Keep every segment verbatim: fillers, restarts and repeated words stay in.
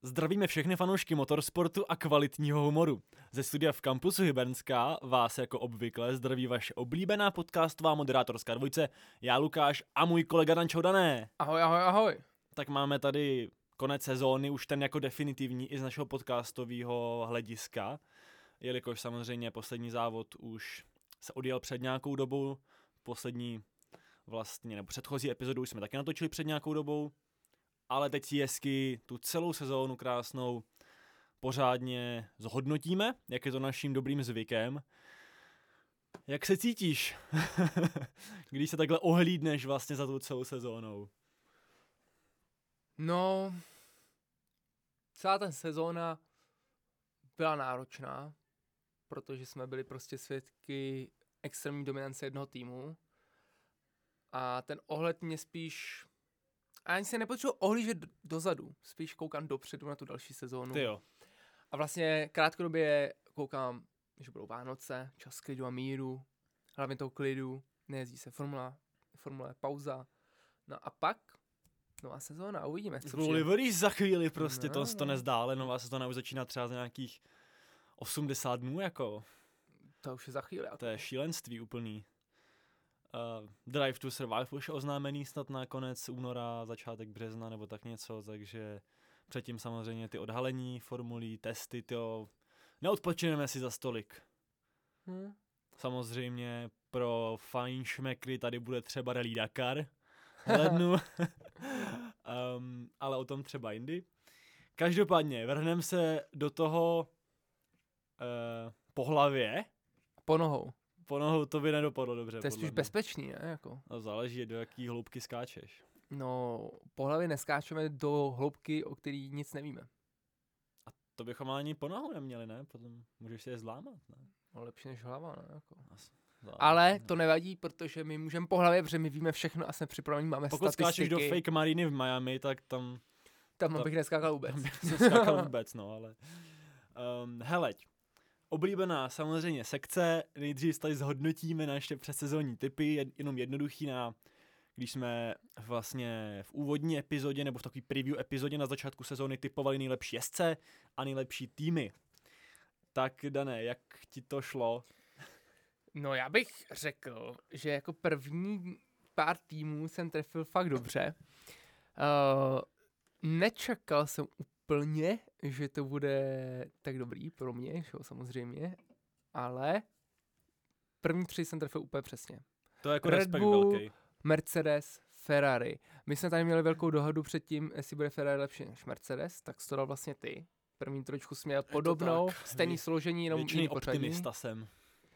Zdravíme všechny fanoušky motorsportu a kvalitního humoru. Ze studia v kampusu Hybernská vás jako obvykle zdraví vaše oblíbená podcastová moderátorská dvojice, já Lukáš a můj kolega Dan Čoudané. Ahoj, ahoj, ahoj. Tak máme tady konec sezóny, už ten jako definitivní i z našeho podcastového hlediska, jelikož samozřejmě poslední závod už se odjel před nějakou dobou, poslední vlastně, nebo předchozí epizodu už jsme taky natočili před nějakou dobou, ale teď si hezky tu celou sezónu krásnou pořádně zhodnotíme, jak je to naším dobrým zvykem. Jak se cítíš, když se takhle ohlídneš vlastně za tu celou sezónou? No, celá ta sezóna byla náročná, protože jsme byli prostě svědky extrémní dominance jednoho týmu a ten ohled mě spíš, a ani se nepotřebuji ohlížet dozadu, spíš koukám dopředu na tu další sezónu. Ty jo. A vlastně krátkodobě koukám, že budou Vánoce, čas klidu a míru, hlavně toho klidu, nejezdí se formula, formule pauza, no a pak nová sezóna, uvidíme. Co Budou livery za chvíli prostě, No, to se to no. nezdá, ale nová sezóna už začíná třeba za nějakých osmdesát dnů, jako. To už je za chvíli. To je šílenství úplný. Uh, Drive to Survive už je oznámený snad na konec února, začátek března nebo tak něco, takže předtím samozřejmě ty odhalení formulí, testy, tyjo, neodpočineme si za stolik. Hm. Samozřejmě pro fajnšmekry tady bude třeba Rally Dakar v lednu, um, ale o tom třeba jindy. Každopádně, vrhneme se do toho uh, po hlavě. Po nohou. Po nohou to by nedopadlo dobře. To je podle spíš mě. bezpečný, ne? Jako. No, záleží, do jaký hloubky skáčeš. No, po hlavě neskáčeme do hloubky, o který nic nevíme. To bychom ani po nohou neměli, ne? Potom můžeš si je zlámat, ne? No, lepší než hlava, ne? Jako. As, záleží, Ale ne? to nevadí, protože my můžeme po hlavě, protože my víme všechno a jsme připraveni, máme Pokud skáčeš statistiky. do fake mariny v Miami, tak tam... Tam to- bych neskákal vůbec. Tam bych neskákal vůbec, no, ale... Um, heleď, oblíbená samozřejmě sekce, nejdřív tady zhodnotíme naše předsezónní tipy, jed, jenom jednoduchý na... Když jsme vlastně v úvodní epizodě nebo v takový preview epizodě na začátku sezóny typovali nejlepší jezdce a nejlepší týmy. Tak Dané, jak ti to šlo? No, já bych řekl, že jako první pár týmů jsem trefil fakt dobře. Uh, nečekal jsem úplně, že to bude tak dobrý pro mě, že jo, samozřejmě, ale první tři jsem trefil úplně přesně. To je jako Red respekt Bull, velký. Mercedes, Ferrari. My jsme tady měli velkou dohodu předtím, jestli bude Ferrari lepší než Mercedes, tak jsi to dal vlastně ty. První trošku jsi měl to podobnou, tak. stejný Vě- složení, jenom Většiný jiný pořadí. optimista jsem.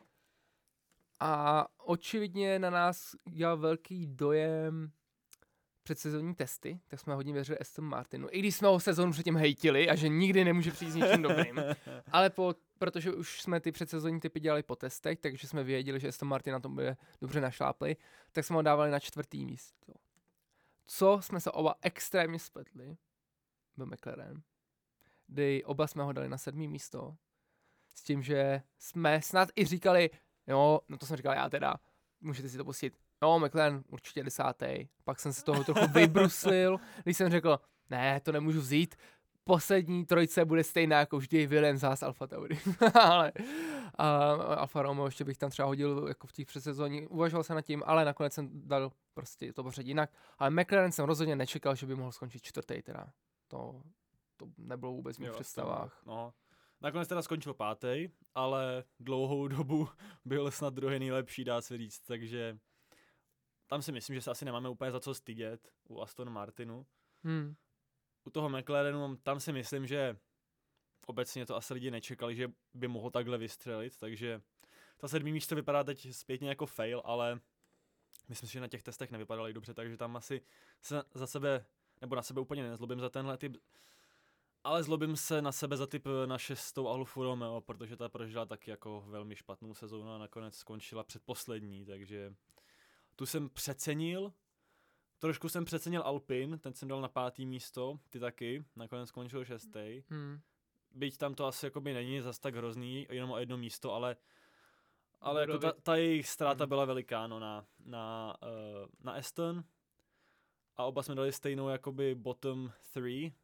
A očividně na nás dělal velký dojem předsezonní testy, tak jsme hodně věřili Aston Martinu. I když jsme ho sezónu předtím hejtili a že nikdy nemůže přijít s ničím dobrým. Ale po, protože už jsme ty předsezonní typy dělali po testech, takže jsme věděli, že Aston Martin na tom bude dobře našláplý, tak jsme ho dávali na čtvrtý místo. Co jsme se oba extrémně spletli, byl McLaren, kdy oba jsme ho dali na sedmý místo, s tím, že jsme snad i říkali, jo, no to jsem říkal já teda, můžete si to pustit. No, McLaren určitě desátý. Pak jsem se toho trochu vybruslil, když jsem řekl, ne, to nemůžu vzít. Poslední trojce bude stejná jako vždy, Williams, Haas, Alfa Tauri. ale a Alfa Romeo ještě bych tam třeba hodil jako v těch předsezóních. Uvažoval jsem nad tím, ale nakonec jsem dal prostě to pořadí jinak. Ale McLaren jsem rozhodně nečekal, že by mohl skončit čtvrtý teda. To, to nebylo vůbec v mých Jo, představách. No. Nakonec teda skončil pátý, ale dlouhou dobu byl snad druhý nejlepší, dá se říct, takže tam si myslím, že se asi nemáme úplně za co stydět u Aston Martinu. Hmm. U toho McLarenu, tam si myslím, že obecně to asi lidi nečekali, že by mohl takhle vystřelit, takže ta sedmý místo vypadá teď zpětně jako fail, ale myslím si, že na těch testech nevypadaly dobře, takže tam asi se za sebe, nebo na sebe úplně nezlobím za tenhle typ, ale zlobím se na sebe za typ na šestou Alfa Romeo, protože ta prožila taky jako velmi špatnou sezónu a nakonec skončila předposlední, takže tu jsem přecenil. Trošku jsem přecenil Alpin, ten jsem dal na pátý místo, ty taky, nakonec skončil šestý. Hmm. Byť tam to asi jakoby není zas tak hrozný, jenom o jedno místo, ale, ale jako Bodově. ta, ta jejich ztráta Hmm. byla veliká, no, na, na, uh, na Aston. A oba jsme dali stejnou jakoby bottom three,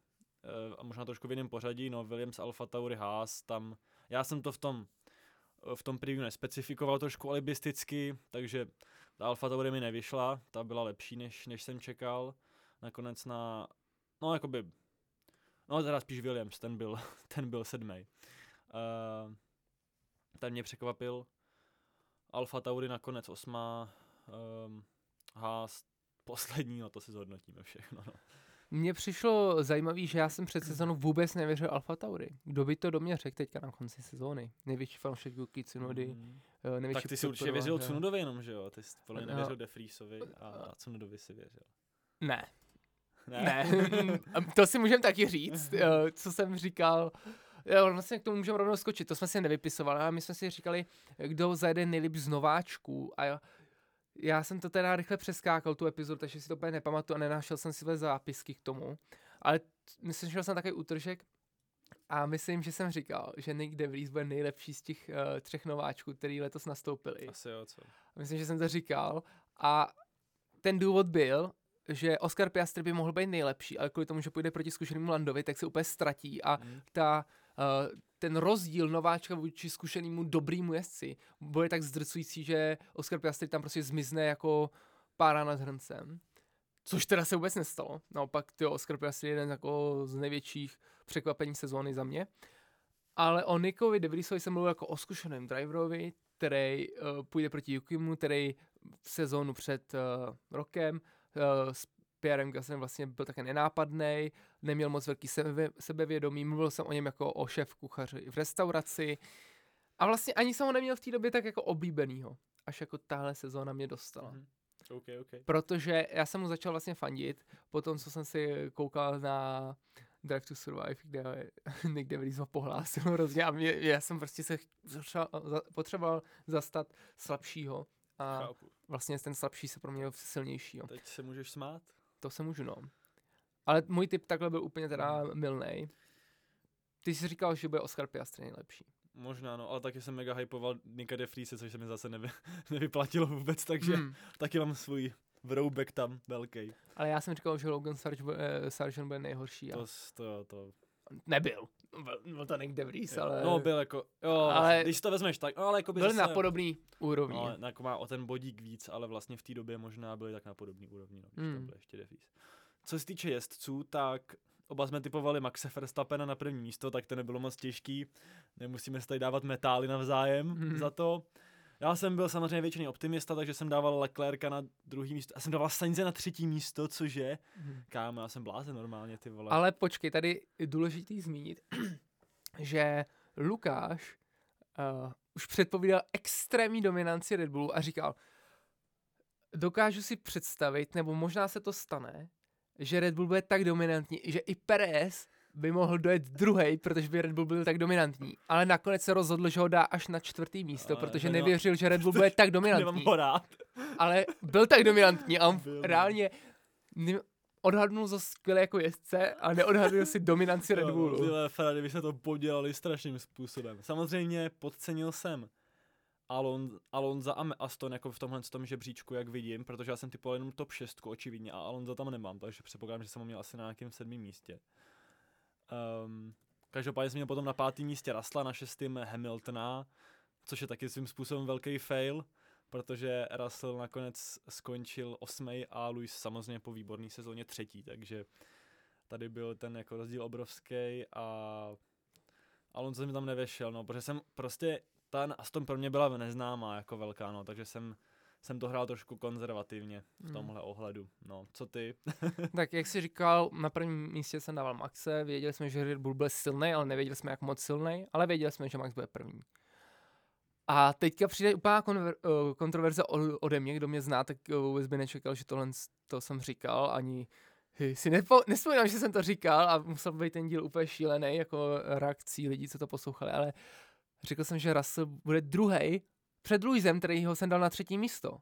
a možná trošku v jiném pořadí, no Williams, AlphaTauri, Haas, tam, já jsem to v tom, v tom preview nespecifikoval trošku alibisticky, takže ta AlphaTauri mi nevyšla, ta byla lepší, než, než jsem čekal, nakonec na, no jakoby, no teda spíš Williams, ten byl, ten byl sedmý. Uh, ten mě překvapil, AlphaTauri nakonec osmá, um, Haas poslední, no to si zhodnotíme všechno, no. Mně přišlo zajímavý, že já jsem před sezónou vůbec nevěřil AlphaTauri. Kdo by to do mě řekl teďka na konci sezóny? Největší fanoušek Yuki Tsunody. Mm. Největší Tak ty jsi určitě věřil Tsunodovi jenom, že jo? Ty jsi podle mě nevěřil De Vriesovi a, a Tsunodovi si věřil. Ne. Ne. Ne. To si můžem taky říct, co jsem říkal. Jo, vlastně k tomu můžeme rovnou skočit, to jsme si nevypisovali, a my jsme si říkali, kdo zajede nejlíp z nováčků. A já jsem to teda rychle přeskákal, tu epizodu, takže si to úplně nepamatuju a nenašel jsem si zápisky k tomu. Ale t- myslím, že jsem takový útržek a myslím, že jsem říkal, že Nick De Vries bude nejlepší z těch uh, třech nováčků, který letos nastoupili. Asi jo, co? Myslím, že jsem to říkal a ten důvod byl, že Oscar Piastri by mohl být nejlepší, ale kvůli tomu, že půjde proti zkušenému Landovi, tak se úplně ztratí a Mm. ta, uh, ten rozdíl nováčka vůči zkušenému dobrýmu jezdci bude tak zdrcující, že Oscar Piastri tam prostě zmizne jako pára nad hrncem. Což teda se vůbec nestalo. Naopak, tyjo, Oscar Piastri je jeden jako z největších překvapení sezóny za mě. Ale o Nickovi De Vriesovi jsem mluvil jako o zkušeném driverovi, který uh, půjde proti Yukimu, který v sezónu před uh, rokem uh, s Pierrem Gaslem vlastně byl také nenápadnej, neměl moc velký sebe, sebevědomí, mluvil jsem o něm jako o šéf kuchaři v restauraci a vlastně ani jsem ho neměl v té době tak jako oblíbenýho, až jako tahle sezóna mě dostala. Mm. Okay, okay. Protože já jsem mu začal vlastně fandit, potom co jsem si koukal na Drive to Survive, kde Nick De Vries ho pohlásil hrozně a mě, já jsem prostě se potřeboval zastat slabšího a Chápu. vlastně ten slabší se proměnil v silnějšího. Teď se můžeš smát? To se můžu, no. Ale můj tip takhle byl úplně teda mylnej. Ty jsi říkal, že bude Oscar Piastri nejlepší. Možná, no, ale taky jsem mega hypoval Nicka De Vriese, což se mi zase nevy, nevyplatilo vůbec, takže Hmm. taky mám svůj vroubek tam velký. Ale já jsem říkal, že Logan Sargent bude, eh, Sargent bude nejhorší. A To, to, to. nebyl. Byl, byl to Nick De Vries, ale... No, byl jako, jo, ale když to vezmeš tak, no, ale jako by byl zase, na podobný úrovni. no, jako má o ten bodík víc, ale vlastně v té době možná byli tak na podobný úrovni, no, když Hmm. tam byl ještě De Vries. Co se týče jezdců, tak oba jsme typovali Maxe Verstappena na první místo, tak to nebylo moc těžký. Nemusíme si tady dávat metály navzájem Hmm. za to. Já jsem byl samozřejmě většiný optimista, takže jsem dával Leclerca na druhý místo. Já jsem dával Sainze na třetí místo, cože? Hmm. Kámo, já jsem blázen normálně, ty vole. Ale počkej, tady je důležitý zmínit, že Lukáš uh, už předpovídal extrémní dominanci Red Bullu a říkal, dokážu si představit, nebo možná se to stane, že Red Bull bude tak dominantní, že i Perez by mohl dojet druhej, protože by Red Bull byl tak dominantní. Ale nakonec se rozhodl, že ho dá až na čtvrtý místo, Ale protože tak nevěřil, že Red Bull bude tak Nemám dominantní. ho rád. Ale byl tak dominantní a on Byl, no. reálně ne- odhadnul to skvěle jako jezdce a neodhadnul si dominanci Red Bullu. Tyhle Ferrari by se to podělali strašným způsobem. Samozřejmě podcenil jsem Alon, Alonza a Aston jako v tomhle tom žebříčku, jak vidím, protože já jsem typoval jenom top šest, očividně, a Alonza tam nemám, takže předpokládám, že jsem ho měl asi na nějakém sedmém místě. Um, každopádně jsem měl potom na pátém místě Russella, na šestém Hamiltona, což je taky svým způsobem velký fail, protože Russell nakonec skončil osmý a Lewis samozřejmě po výborné sezóně třetí, takže tady byl ten jako rozdíl obrovský a Alonso mi tam nevešel, no, protože jsem prostě, ten Aston pro mě byla neznámá jako velká, no, takže jsem, jsem to hrál trošku konzervativně v tomhle hmm. ohledu, no, co ty? Tak jak jsi říkal, na prvním místě jsem dával Maxe, věděli jsme, že Red Bull byl silný, ale nevěděli jsme, jak moc silný, ale věděli jsme, že Max bude první. A teďka přijde úplná konver- uh, kontroverze od, ode mě, kdo mě zná, tak uh, vůbec by nečekal, že tohle to jsem říkal, ani hy, si nepo, nespomínám, že jsem to říkal a musel být ten díl úplně šílený, jako reakcí lidí, co to poslouchali, ale řekl jsem, že Russell bude druhej před Lewisem, kterýho jsem dal na třetí místo.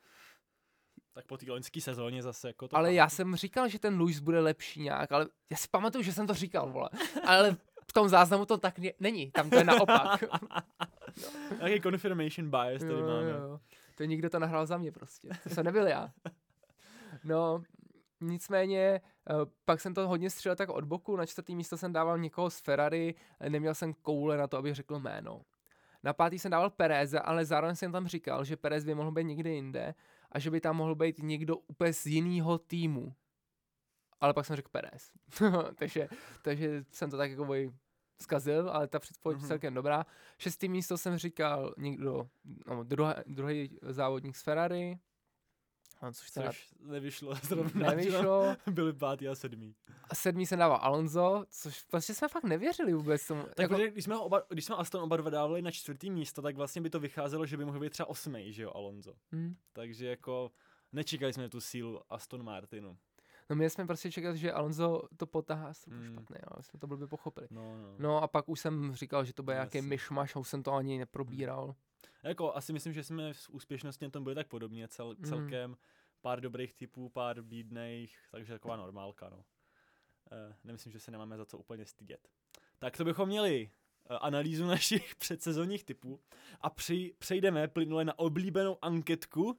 Tak po té loňské sezóně zase jako to... Ale tam. já jsem říkal, že ten Lewis bude lepší nějak, ale já si pamatuju, že jsem to říkal, vole. Ale v tom záznamu to tak ne- není, tam to je naopak. Jaký confirmation bias tady Jo, máme. jo. To nikdo to nahrál za mě prostě, to jsem nebyl já. No, Nicméně, uh, pak jsem to hodně střílel tak od boku, na čtvrtý místo jsem dával někoho z Ferrari, neměl jsem koule na to, abych řekl jméno. Na pátý jsem dával Pereze, ale zároveň jsem tam říkal, že Perez by mohl být někde jinde a že by tam mohl být někdo úplně z jiného týmu. Ale pak jsem řekl Perez. takže, takže jsem to tak jako boj zkazil, ale ta předpověď mm-hmm. celkem dobrá. Šestý místo jsem říkal někdo, no, druhý, druhý závodník z Ferrari. No, což teda což nevyšlo zrovna. Nevyšlo. Byli pátý a sedmý. A sedmý jsem dával Alonso, což vlastně jsme fakt nevěřili vůbec tomu. Tak jako... když jsme, oba, když jsme Aston oba dva dávali na čtvrtý místo, tak vlastně by to vycházelo, že by mohl být třeba osmý, že jo, Alonso. Hmm. Takže jako nečekali jsme tu sílu Aston Martinu. No my jsme prostě čekali, že Alonso to potahá trochu hmm. špatně, ale jsme to blbě pochopili. No, no. no a pak už jsem říkal, že to bude nějaký myšmaš a už jsem to ani neprobíral. Hmm. Jako asi myslím, že jsme v úspěšnosti na tom byli tak podobně cel, celkem. Hmm. Pár dobrých typů, pár bídných, takže taková normálka, no. E, nemyslím, že se nemáme za co úplně stydět. Tak to bychom měli e, analýzu našich předsezonních typů a při, přejdeme plynule na oblíbenou anketku,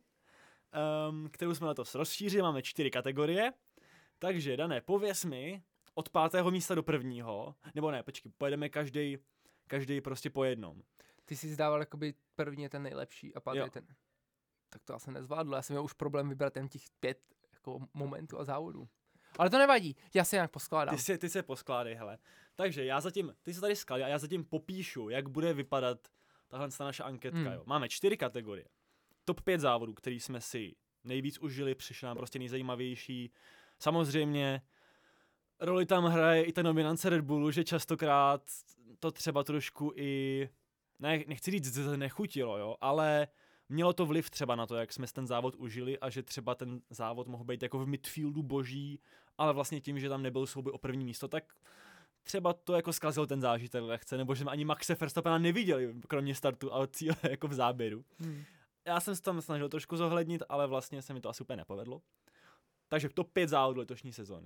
um, kterou jsme letos rozšířili, máme čtyři kategorie. Takže, Dané, pověz mi od pátého místa do prvního, nebo ne, počkej, pojedeme každý, každý prostě po jednom. Ty jsi zdával jakoby první je ten nejlepší a pátý je ten... Tak to já jsem nezvládl, já jsem měl už problém vybrat jen těch pět jako momentů a závodů. Ale to nevadí, já se nějak poskládám. Ty, si, ty se poskládej, hele. Takže já zatím, ty se tady skládej a já zatím popíšu, jak bude vypadat tahle naše anketka. Hmm. Jo. Máme čtyři kategorie. Top pět závodů, který jsme si nejvíc užili, přišli nám prostě nejzajímavější. Samozřejmě roli tam hraje i ta nominace Red Bullu, že častokrát to třeba trošku i, ne, nechci říct, nechutilo, jo, ale mělo to vliv třeba na to, jak jsme ten závod užili a že třeba ten závod mohl být jako v midfieldu boží, ale vlastně tím, že tam nebyl souboj o první místo, tak třeba to jako zkazil ten zážitek lehce, nebo že jsme ani Maxe Verstappena neviděli, kromě startu a cíle jako v záběru. Hmm. Já jsem se tam snažil trošku zohlednit, ale vlastně se mi to asi úplně nepovedlo. Takže top pět závodů letošní sezóny.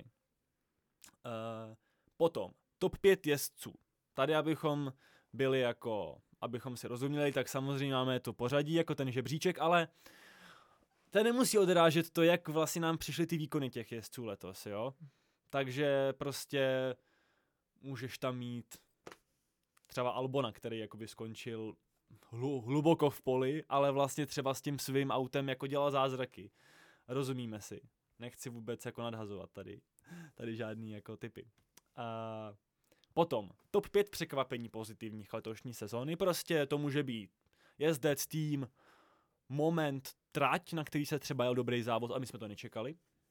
Uh, potom top pět jezdců. Tady abychom byli jako... abychom si rozuměli, tak samozřejmě máme to pořadí jako ten žebříček, ale ten nemusí odrážet to, jak vlastně nám přišly ty výkony těch jezdců letos, jo. Takže prostě můžeš tam mít třeba Albona, který jakoby skončil hlu, hluboko v poli, ale vlastně třeba s tím svým autem jako dělal zázraky. Rozumíme si. Nechci vůbec jako nadhazovat tady, tady žádný jako typy. A potom, top pět překvapení pozitivních letošní sezóny, prostě to může být jezdec, tým, moment, trať, na který se třeba jel dobrý závod a my jsme to nečekali.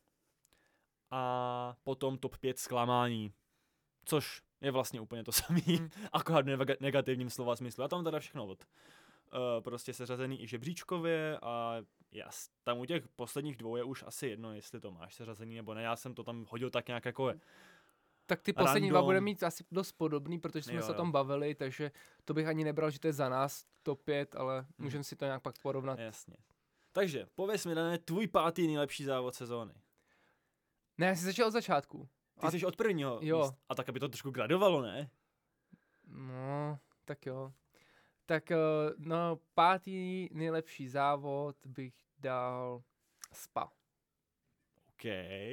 A potom top pět zklamání, což je vlastně úplně to samé, hmm. akorát v negativním slova smyslu. A tam teda všechno od uh, prostě seřazený i žebříčkově a jas, tam u těch posledních dvou je už asi jedno, jestli to máš seřazený nebo ne, já jsem to tam hodil tak nějak jako je. Tak ty poslední dva bude mít asi dost podobný, protože jsme jo, se o tom bavili, takže to bych ani nebral, že to je za nás top pět, ale hmm. můžeme si to nějak pak porovnat. Jasně. Takže, pověz mi, Dané, tvůj pátý nejlepší závod sezóny. Ne, já jsi začal od začátku. Ty a... jsi od prvního. Jo. Míst. A tak, aby to trošku gradovalo, ne? No, tak jo. Tak, no, pátý nejlepší závod bych dal Spa. OK.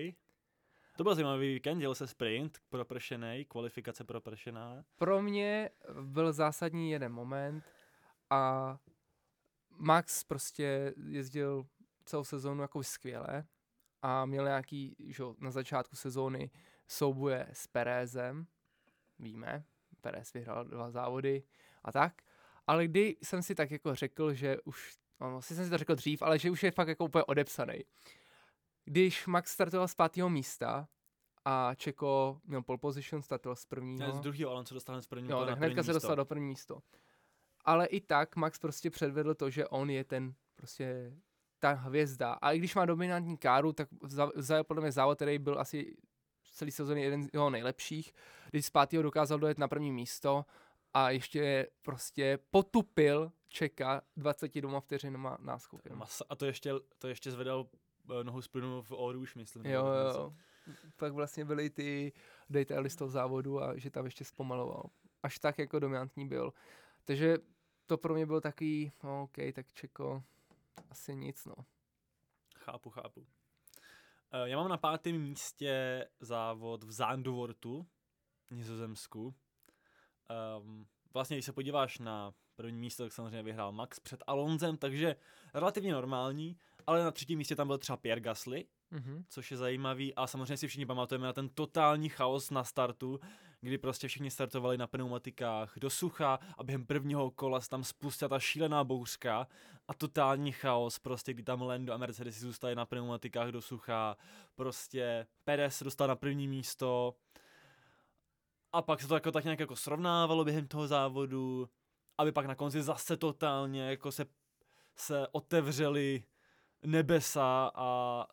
To byl zajímavý víkend, dělal se sprint propršenej, kvalifikace propršená. Pro mě byl zásadní jeden moment a Max prostě jezdil celou sezónu jako skvěle a měl nějaký, že na začátku sezóny souboje s Perezem, víme, Perez vyhrál dva závody a tak, ale kdy jsem si tak jako řekl, že už, no, asi jsem si to řekl dřív, ale že už je fakt jako úplně odepsaný. Když Max startoval z pátého místa a Čeko měl pole position, startoval z prvního. Ne, z druhého, ale on se dostal z prvního. No, tak hnedka se dostal do první místo. Ale i tak Max prostě předvedl to, že on je ten prostě ta hvězda. A i když má dominantní káru, tak zajel podle mě závod, který byl asi celý sezóny jeden z jeho nejlepších. Když z pátého dokázal dojet na první místo a ještě prostě potupil Čeka dvacet dvěma vteřinama náskokem. A to ještě, to ještě zvedal nohu z plynu v Oruš, myslím. Jo, jo. Pak vlastně byly ty detaily z toho závodu a že tam ještě zpomaloval. Až tak jako dominantní byl. Takže to pro mě bylo takový, no, OK, tak Čeko, asi nic, no. Chápu, chápu. Já mám na pátém místě závod v Zandvoortu, Nizozemsku. Um, vlastně, když se podíváš na první místo, tak samozřejmě vyhrál Max před Alonsem, takže relativně normální, ale na třetím místě tam byl třeba Pierre Gasly, mm-hmm. což je zajímavý a samozřejmě si všichni pamatujeme na ten totální chaos na startu, kdy prostě všichni startovali na pneumatikách do sucha a během prvního kola se tam spustila ta šílená bouřka a totální chaos, prostě kdy tam Lando a Mercedes zůstali na pneumatikách do sucha, prostě Perez se dostal na první místo a pak se to jako tak nějak jako srovnávalo během toho závodu, aby pak na konci zase totálně jako se, se otevřely nebesa a,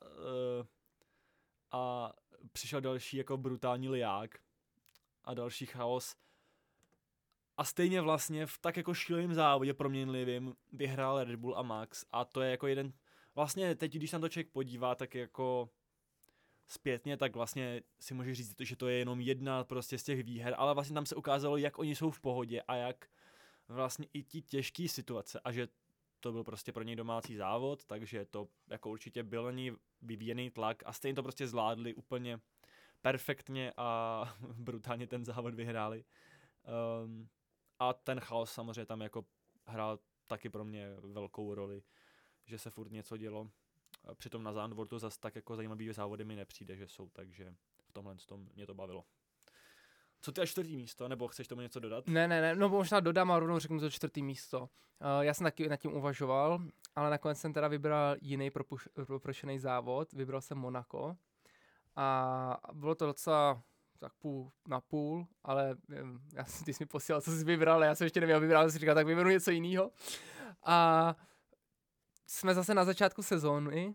a přišel další jako brutální liák a další chaos. A stejně vlastně v tak jako šíleném závodě proměnlivým vyhrál Red Bull a Max a to je jako jeden, vlastně teď, když se na to člověk podívá, tak jako zpětně, tak vlastně si může říct, že to je jenom jedna prostě z těch výher, ale vlastně tam se ukázalo, jak oni jsou v pohodě a jak vlastně i ti těžké situace a že to byl prostě pro něj domácí závod, takže to jako určitě byl na ní vyvíjený tlak a stejně to prostě zvládli úplně perfektně a brutálně ten závod vyhráli. Um, a ten chaos samozřejmě tam jako hrál taky pro mě velkou roli, že se furt něco dělo. Přitom na Zandvoortu zase tak jako zajímavý závody mi nepřijde, že jsou, takže v tomhle tom mě to bavilo. Co ty a čtvrtý místo, nebo chceš tomu něco dodat? Ne, ne, ne, no možná dodám a rovnou řeknu to čtvrtý místo. Uh, já jsem taky nad tím uvažoval, ale nakonec jsem teda vybral jiný propuš- propuštěný závod, vybral jsem Monako a bylo to docela tak půl na půl, ale já, ty jsi mi posílal, co jsi vybral, já jsem ještě neměl vybrat, jsem si říkal, tak vyberu něco jiného. A jsme zase na začátku sezóny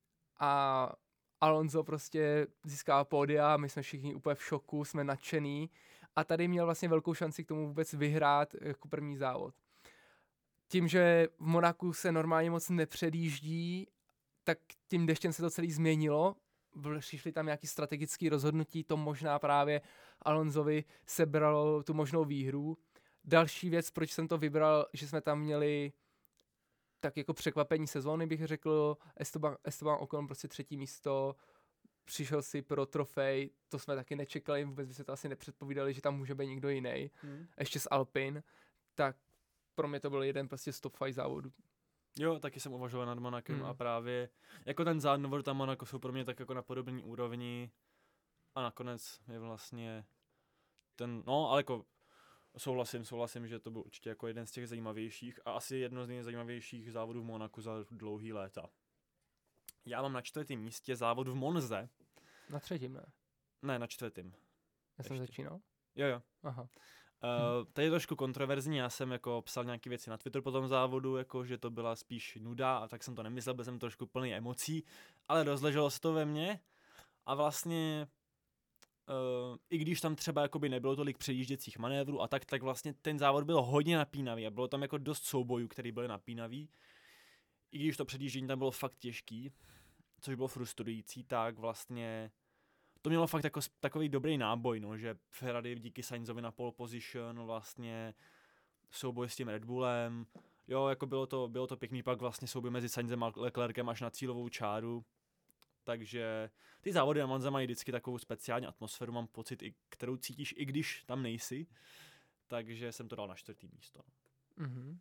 a Alonso prostě získá pódia, my jsme všichni úplně v šoku, jsme nadšený a tady měl vlastně velkou šanci k tomu vůbec vyhrát jako první závod. Tím, že v Monaku se normálně moc nepředjíždí, tak tím deštěm se to celé změnilo, přišly tam nějaké strategické rozhodnutí, to možná právě Alonsovi sebralo tu možnou výhru. Další věc, proč jsem to vybral, že jsme tam měli tak jako překvapení sezóny, bych řekl, Esteban, Esteban Ocon prostě třetí místo, přišel si pro trofej, to jsme taky nečekali, vůbec by se to asi nepředpovídali, že tam může být někdo jiný, hmm. ještě z Alpin, tak pro mě to byl jeden prostě z top pět závodů. Jo, taky jsem uvažoval nad Monakem hmm. a právě jako ten Zandvoort a Monako jsou pro mě tak jako na podobné úrovni a nakonec je vlastně ten, no ale jako Souhlasím, souhlasím, že to byl určitě jako jeden z těch zajímavějších a asi jedno z nejzajímavějších závodů v Monaku za dlouhý léta. Já mám na čtvrtém místě závod v Monze. Na třetím, ne? Ne, na čtvrtém. Já jsem začínal? Jo, jo. Aha. Uh, to je trošku kontroverzní, já jsem jako psal nějaké věci na Twitter po tom závodu, jako že to byla spíš nuda a tak jsem to nemyslel, byl jsem trošku plný emocí, ale rozleželo se to ve mně a vlastně Uh, i když tam třeba jakoby nebylo tolik předjížděcích manévrů a tak, tak vlastně ten závod byl hodně napínavý a bylo tam jako dost soubojů, který byly napínavý. I když to předjíždění tam bylo fakt těžký, což bylo frustrující, tak vlastně to mělo fakt jako takový dobrý náboj, no, že Ferrari díky Sainzovi na pole position vlastně souboj s tím Red Bullem, jo, jako bylo to, bylo to pěkný, pak vlastně souboj mezi Sainzem a Leclerkem až na cílovou čáru. Takže ty závody na Monze mají vždycky takovou speciální atmosféru, mám pocit, i, kterou cítíš, i když tam nejsi. Takže jsem to dal na čtvrtý místo. Mm-hmm.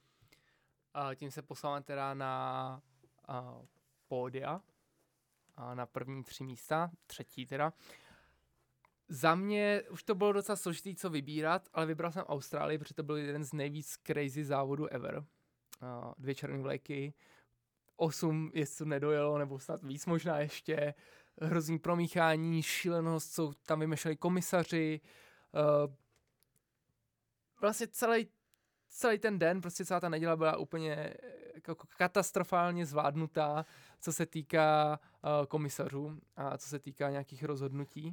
A tím se posláváme teda na uh, pódia. A na první tři místa, třetí teda. Za mě už to bylo docela složitý, co vybírat, ale vybral jsem Austrálii, protože to byl jeden z nejvíc crazy závodů ever. Uh, dvě černé vleky, osm jezdců nedojelo, nebo snad víc možná ještě, hrozný promíchání, šílenost, jsou tam vymešleli komisaři, uh, vlastně celý, celý ten den, prostě celá ta neděle byla úplně jako katastrofálně zvládnutá, co se týká uh, komisařů a co se týká nějakých rozhodnutí.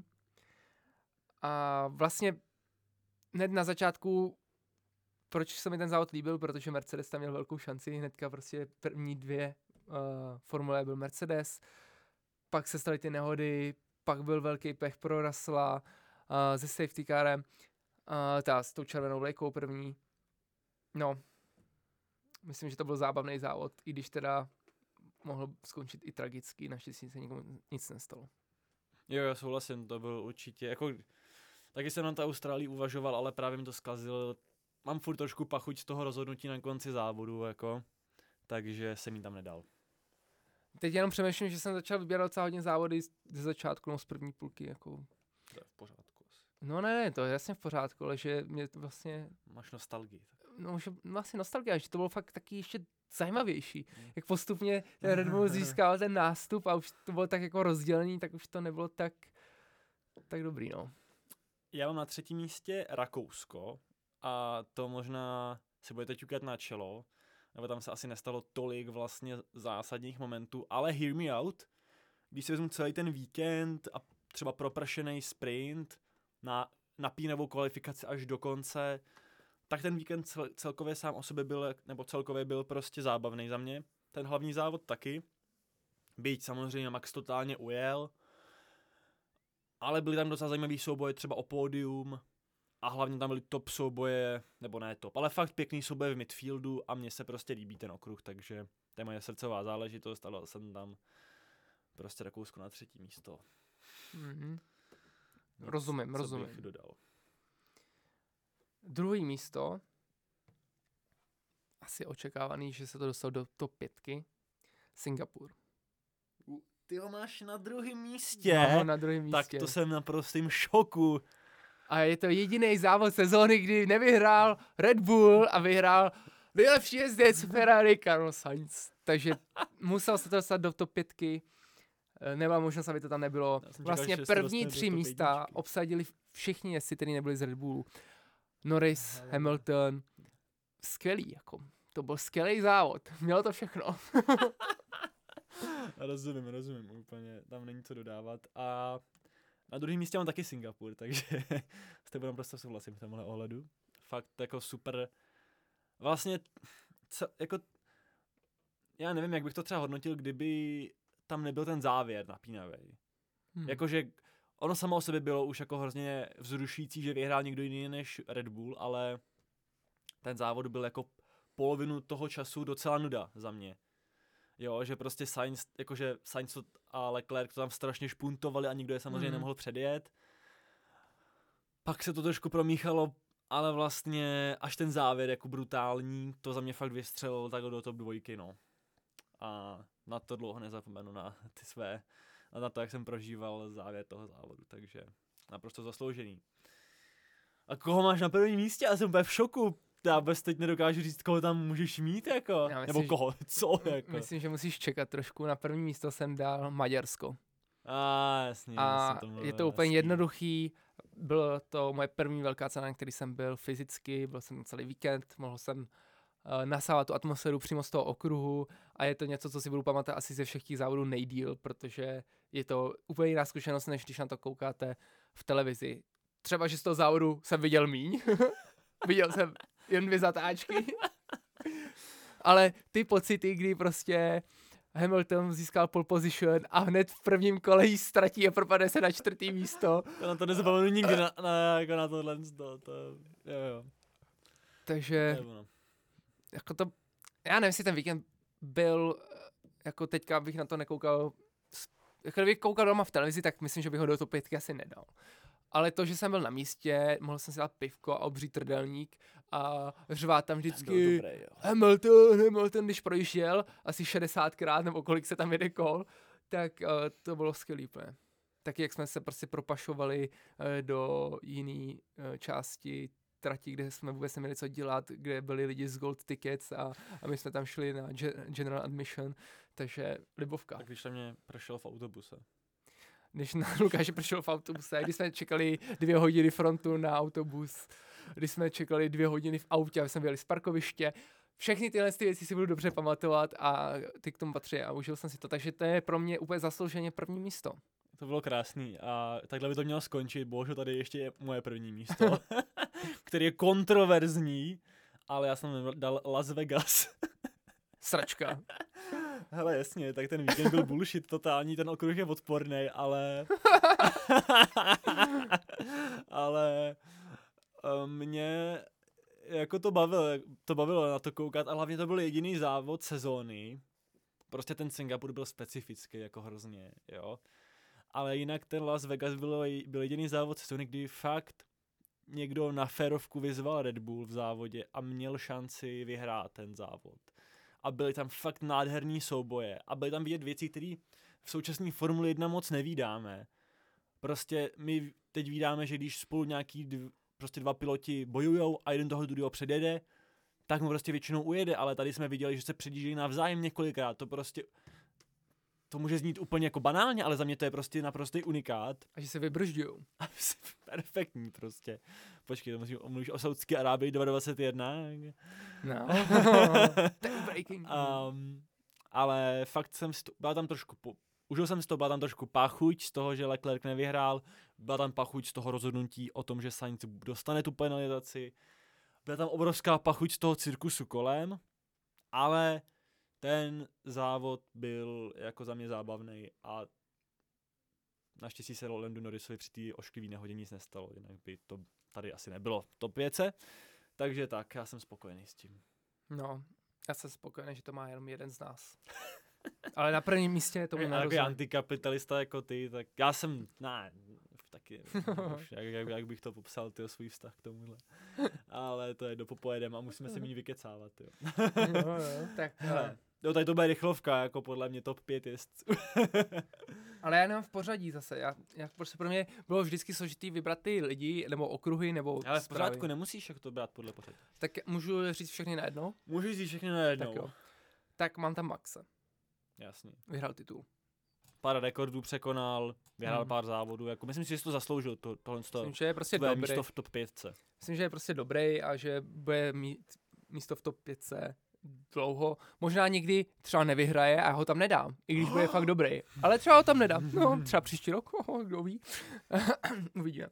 A vlastně hned na začátku, proč se mi ten závod líbil, protože Mercedes tam měl velkou šanci, hnedka prostě první dvě uh, formule byl Mercedes, pak se staly ty nehody, pak byl velký pech pro Russella uh, se safety carem, uh, ta s tou červenou vlajkou první. No, myslím, že to byl zábavný závod, i když teda mohl skončit i tragicky, naštěstí se nikomu nic nestalo. Jo, já souhlasím, to byl určitě, jako, taky jsem na to Austrálii uvažoval, ale právě mi to zkazil, mám furt trošku pachuť z toho rozhodnutí na konci závodu, jako, takže jsem jí tam nedal. Teď jenom přemýšlím, že jsem začal vybírat docela hodně závody ze začátku, no z první půlky, jako. To je v pořádku. No ne, ne, to je jasně v pořádku, ale že mě to vlastně... Máš nostalgii. No, že vlastně nostalgie, že to bylo fakt taky ještě zajímavější. Mm. Jak postupně ten Red Bull získal ten nástup a už to bylo tak jako rozdělený, tak už to nebylo tak, tak dobrý, no. Já mám na třetím místě Rakousko a to možná si budete ťukat na čelo, nebo tam se asi nestalo tolik vlastně zásadních momentů, ale hear me out, když si vezmu celý ten víkend a třeba propršený sprint na napínavou kvalifikaci až do konce, tak ten víkend cel, celkově sám o sobě byl, nebo celkově byl prostě zábavný za mě. Ten hlavní závod taky, byť samozřejmě Max totálně ujel, ale byly tam docela zajímavý souboje třeba o pódium a hlavně tam byly top souboje, nebo ne top, ale fakt pěkný souboje v midfieldu a mně se prostě líbí ten okruh, takže to je moje srdcová záležitost, ale jsem tam prostě Rakousko na třetí místo. Mm-hmm. Rozumím, co rozumím. Bych dodal. Druhý místo, asi očekávaný, že se to dostalo do top pětky, Singapur. Ty ho máš na druhém místě? No, na druhém místě. Tak to jsem na prostým šoku. A je to jediný závod sezóny, kdy nevyhrál Red Bull a vyhrál nejlepší jezdec Ferrari Carlos Sainz. Takže musel se to dostat do top pětky. Nemá možnost, aby to tam nebylo. Vlastně čekal, první tři místa jedničky obsadili všichni jezdci, kteří nebyli z Red Bullu. Norris, Hele. Hamilton. Skvělý, jako. To byl skvělý závod. Mělo to všechno. rozumím, rozumím úplně. Tam není co dodávat. A na druhém místě mám taky Singapur, takže s tebou naprosto souhlasím v tomhle ohledu. Fakt jako super. Vlastně, co, jako, já nevím, jak bych to třeba hodnotil, kdyby tam nebyl ten závěr napínavý. Hmm. Jakože ono samo o sobě bylo už jako hrozně vzrušující, že vyhrál někdo jiný než Red Bull, ale ten závod byl jako polovinu toho času docela nuda za mě. Jo, že prostě Sainz, jakože Sainz a Leclerc to tam strašně špuntovali a nikdo je samozřejmě hmm. nemohl předjet. Pak se to trošku promíchalo, ale vlastně až ten závěr jako brutální, to za mě fakt vystřelilo tak do top dvojky, no. A na to dlouho nezapomenu, na ty své, na to, jak jsem prožíval závěr toho závodu, takže naprosto zasloužený. A koho máš na prvním místě? Já jsem úplně v šoku. Já bez teď nedokážu říct, koho tam můžeš mít, jako. Myslím, nebo koho, co, jako. Myslím, že musíš čekat trošku. Na první místo jsem dal Maďarsko. A jasně. A je to úplně jasný. Jednoduchý. Bylo to moje první velká cena, na který jsem byl fyzicky. Byl jsem celý víkend, mohl jsem uh, nasávat tu atmosféru přímo z toho okruhu a je to něco, co si budu pamatovat asi ze všech těch závodů nejdýl, protože je to úplně jiná zkušenost, než když na to koukáte v televizi. Třeba, že z toho závodu jsem viděl míň. Viděl jsem jen dvě zatáčky. Ale ty pocity, kdy prostě Hamilton získal pole position a hned v prvním kole jí ztratí a propadne se na čtvrtý místo. To na to nezapomenu nikdy na, na, jako na tohle. To, to, jo, jo. Takže, jako to, já nevím, jestli ten víkend byl, jako teďka bych na to nekoukal, jako kdybych koukal doma v televizi, tak myslím, že bych ho do top pětky asi nedal. Ale to, že jsem byl na místě, mohl jsem si dát pivko a obří trdelník a řvát tam vždycky dobrý, Hamilton, Hamilton, když projížděl asi šedesátkrát nebo kolik se tam jede kol, tak uh, to bylo skvělý úplně. Taky jak jsme se prostě propašovali uh, do jiné uh, části trati, kde jsme vůbec neměli co dělat, kde byli lidi z Gold Tickets a, a my jsme tam šli na ge- General Admission, takže libovka. Tak když tam mě prošel v autobuse. Když na Lukáše prošel v autobuse, když jsme čekali dvě hodiny frontu na autobus, když jsme čekali dvě hodiny v autě, aby jsme byli z parkoviště. Všechny tyhle ty věci si budu dobře pamatovat a ty k tomu patří a užil jsem si to. Takže to je pro mě úplně zaslouženě první místo. To bylo krásný a takhle by to mělo skončit. Bohužel tady ještě je moje první místo, který je kontroverzní, ale já jsem dal Las Vegas. Sračka. Hele, jasně, tak ten víkend byl bullshit totální, ten okruh je odporný, ale... ale mě jako to bavilo, to bavilo na to koukat a hlavně to byl jediný závod sezóny, Prostě ten Singapur byl specifický jako hrozně, jo. Ale jinak ten Las Vegas byl, byl jediný závod sezóny, kdy fakt někdo na férovku vyzval Red Bull v závodě a měl šanci vyhrát ten závod. A byly tam fakt nádherný souboje a byly tam vidět věci, které v současné Formuli jedna moc nevídáme. Prostě my teď vídáme, že když spolu nějaký dv, prostě dva piloti bojujou a jeden toho druhého předjede, tak mu prostě většinou ujede, ale tady jsme viděli, že se předjíždějí navzájem několikrát. To prostě, to může znít úplně jako banálně, ale za mě to je prostě naprostý unikát. A že se vybržďujou. Perfektní prostě. Počkej, to musím, mluvíš o Saudské Arábii dvacet jedna. No. breaking. um, ale fakt jsem, sto, byla tam trošku, po, užil jsem si to, byla tam trošku pachuť z toho, že Leclerc nevyhrál, byla tam pachuť z toho rozhodnutí o tom, že Sainz dostane tu penalizaci, byla tam obrovská pachuť z toho cirkusu kolem, ale ten závod byl jako za mě zábavný a naštěstí se Landu Norrisovi při té ošklivý nehodě nic nestalo, jinak by to tady asi nebylo v top pětce. Takže tak, já jsem spokojený s tím. No, já jsem spokojený, že to má jenom jeden z nás. Ale na prvním místě je to mě nerozumí. Jako antikapitalista jako ty, tak já jsem, ne, taky, už, jak, jak, jak bych to popsal, tyjo, svůj vztah k tomuhle. Ale to je do popojedem a musíme se méně vykecávat, jo. No, no, tak hele. No, tady to bude rychlovka, jako podle mě top pět jezdců. Ale já nemám v pořadí zase, já, já prostě pro mě bylo vždycky složitý vybrat ty lidi, nebo okruhy, nebo ale v pořádku nemusíš jak to brát podle pořadí. Tak můžu říct všechny najednou? Můžeš říct všechny najednou. Tak jo. Tak mám tam Maxe. Jasně. Vyhrál titul. Pár rekordů překonal, vyhrál hmm. pár závodů, jako myslím si, že jsi to zasloužil, to, tohle myslím, že je prostě tvoje dobrý. místo v top pětce. Myslím, že je prostě dobrý a že bude mít místo v top pětce dlouho. Možná někdy třeba nevyhraje a ho tam nedám, i když bude fakt dobrý. Ale třeba ho tam nedám. No, třeba příští rok, oh, kdo ví. Uvidíme.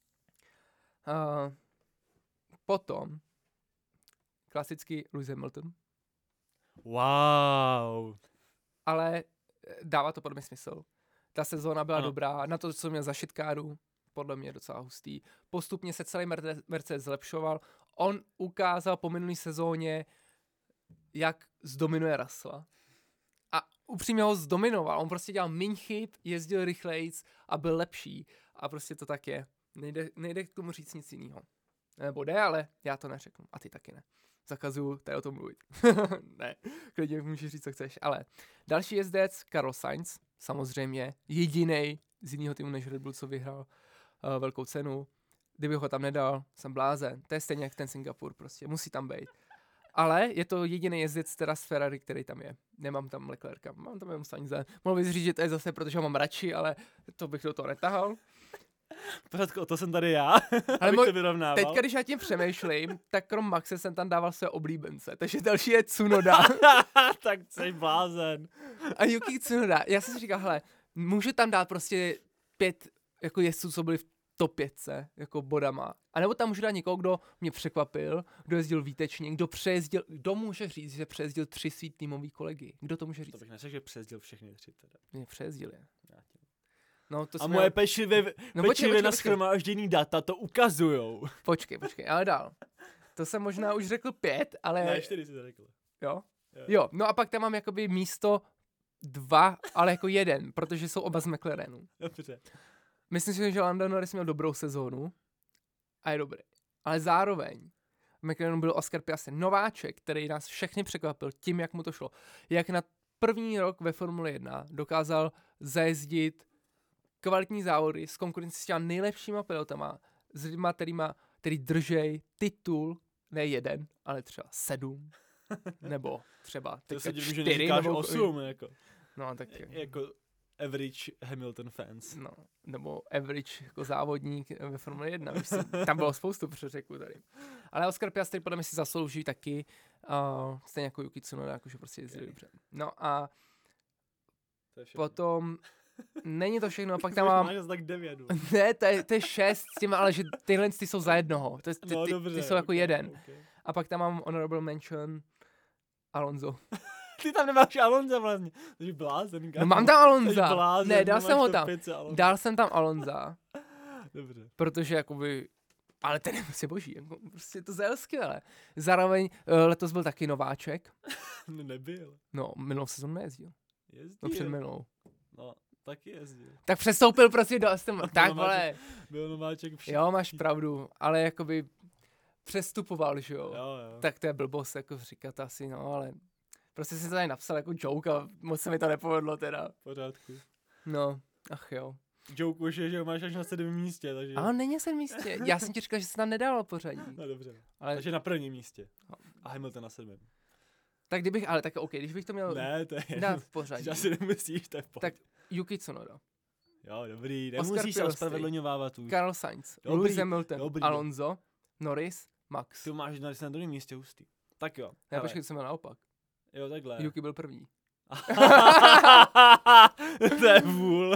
Uh, potom klasický Lewis Hamilton. Wow. Ale dává to podle mě smysl. Ta sezóna byla ano. dobrá, na to, co měl za šitkáru, podle mě docela hustý. Postupně se celý Mercedes zlepšoval. On ukázal po minulý sezóně, jak zdominuje Russella. A upřímně ho zdominoval. On prostě dělal méně chyb, jezdil rychlejc a byl lepší. A prostě to tak je. Nejde, nejde k tomu říct nic jiného. Nebo jde, ale já to neřeknu. A ty taky ne. Zakazuju tady o tom mluvit. Ne, klidně můžeš říct, co chceš. Ale další jezdec, Carlos Sainz, samozřejmě jedinej z jiného týmu než Red Bull, co vyhrál uh, velkou cenu. Kdybych ho tam nedal, jsem blázen. To je stejně jak ten Singapur, prostě musí tam být. Ale je to jediný jezdec teda z Ferrari, který tam je. Nemám tam Leclerca, mám tam jenom Sainze. Mohl bych říct, že to je zase, protože ho mám radši, ale to bych do toho netahal. Pořádku, o to jsem tady já, ale abych to vyrovnával. Teďka, když já tím přemýšlím, tak krom Maxe jsem tam dával své oblíbence, takže další je Tsunoda. Tak jsi blázen. A Yuki Tsunoda, já jsem si říkal, hele, můžu tam dát prostě pět jako jezdců, co byli v top pětce, jako bodama. A nebo tam můžu dát někoho, kdo mě překvapil, kdo jezdil výtečně, kdo přejezdil, kdo může říct, že přejezdil tři svý týmový kolegy. Kdo to může říct? To bych neřekl, že přejezdil všechny tři teda. Mě přejezdil je. No, to a moje měl... pečlivě, no, pečlivě nashromážděný data to ukazujou. Počkej, počkej, ale dál. To jsem možná už řekl pět, ale... Ne, čtyři jsi to řekl. Jo? jo? Jo, no a pak tam mám jakoby místo dva, ale jako jeden, protože jsou oba z McLarenu. Dobře. Myslím si, že Lando Norris měl dobrou sezónu a je dobrý. Ale zároveň v McLarenu byl Oscar Piastri, nováček, který nás všechny překvapil tím, jak mu to šlo. Jak na první rok ve Formule jedna dokázal zajezdit kvalitní závody s konkurencí s těma nejlepšíma pilotama, s lidma, kterýma, který držej titul, ne jeden, ale třeba sedm, nebo třeba teďka čtyři, nebo osm, jako. No, tak jako average Hamilton fans. No, nebo average jako závodník ve Formule jedna, tam bylo spoustu přeřeků tady. Ale Oscar Piastri podle mě si zaslouží taky, uh, stejně jako Yuki Tsunoda, jakože prostě jezdili okay. dobře. No a potom není to všechno, pak tam mám... tak devět. Ne, to je, to je šest s tím, ale že tyhle ty jsou za jednoho. To je, ty, no, ty, dobře, ty jsou jako okay, jeden. Okay. A pak tam mám honorable mention Alonso. Ty tam nemáš Alonza vlastně. Jsi blázen. No mám tam Alonza. Blázen, ne, dal jsem ho tam. Dal jsem tam Alonza. Dobře. Protože jakoby Ale ten je prostě boží, jako, prostě to zajel skvěle. Zároveň uh, letos byl taky nováček. No nebyl. No, minulou sezónu nejezdil. Jezdil. No před minulou. No, taky jezdil. Tak přestoupil prostě do Aston Martin. Tak, nováček- vole. Byl nováček všichni. Jo, máš pravdu, ale jakoby přestupoval, že jo. Jo, jo. Tak to je blbost, jako říkat asi, no, ale prostě si to tady napsal jako joke a moc se mi to nepovedlo teda. V pořádku. No, ach jo. Joke už je, že ho máš až na sedmém místě, takže... Ale není jsem místě. Já jsem ti říkal, že se tam nedával pořadí. No dobře. Ale, Takže na prvním místě. A Hamilton na sedmém. tak kdybych, ale tak OK, když bych to měl Ne, to je... dát v pořadí. Asi nemusíš, to je v pohodě. Tak Yuki Tsunoda, Jo, dobrý, Oscar nemusíš se Piastri, ospravedlňovávat už. Carl Sainz, Dobrý, Lewis Hamilton, dobrý. Alonso, Norris, Max. Ty máš na na druhém místě hustý. Tak jo. Já hele. počkej, to jsem měl naopak. Jo, takhle. Yuki byl první. To je vůl.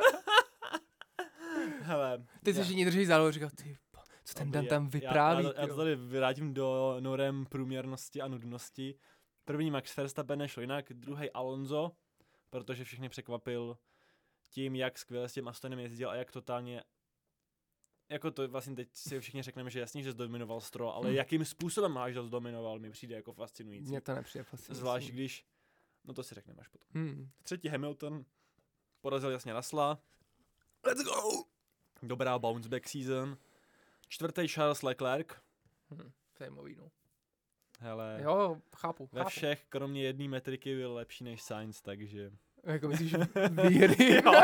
Hele. Teď se já- všichni drží zálohu a říkal, ty, co ten Dobrý, Dan já- tam já- vypráví. Já, já, já to tyjo. tady vrátím do norem průměrnosti a nudnosti. První Max Verstappen nešlo jinak, druhý Alonso, protože všechny překvapil tím, jak skvěle s tím Astonem jezdil a jak totálně jako to vlastně teď si všichni řekneme, že jasně, že zdominoval Stroll, ale Hmm. jakým způsobem až to zdominoval, mi přijde jako fascinující. Mně to nepřijde fascinující. Zvlášť když, no to si řekneme až potom. Hmm. Třetí Hamilton, porazil jasně Russella. Let's go! Dobrá bounce back season. Čtvrtý Charles Leclerc. Hm, zajímavý, no. Hele, Jo, chápu, ve chápu. všech, kromě jedné metriky, byl lepší než Sainz, takže... Jako myslíš výhry? Jo.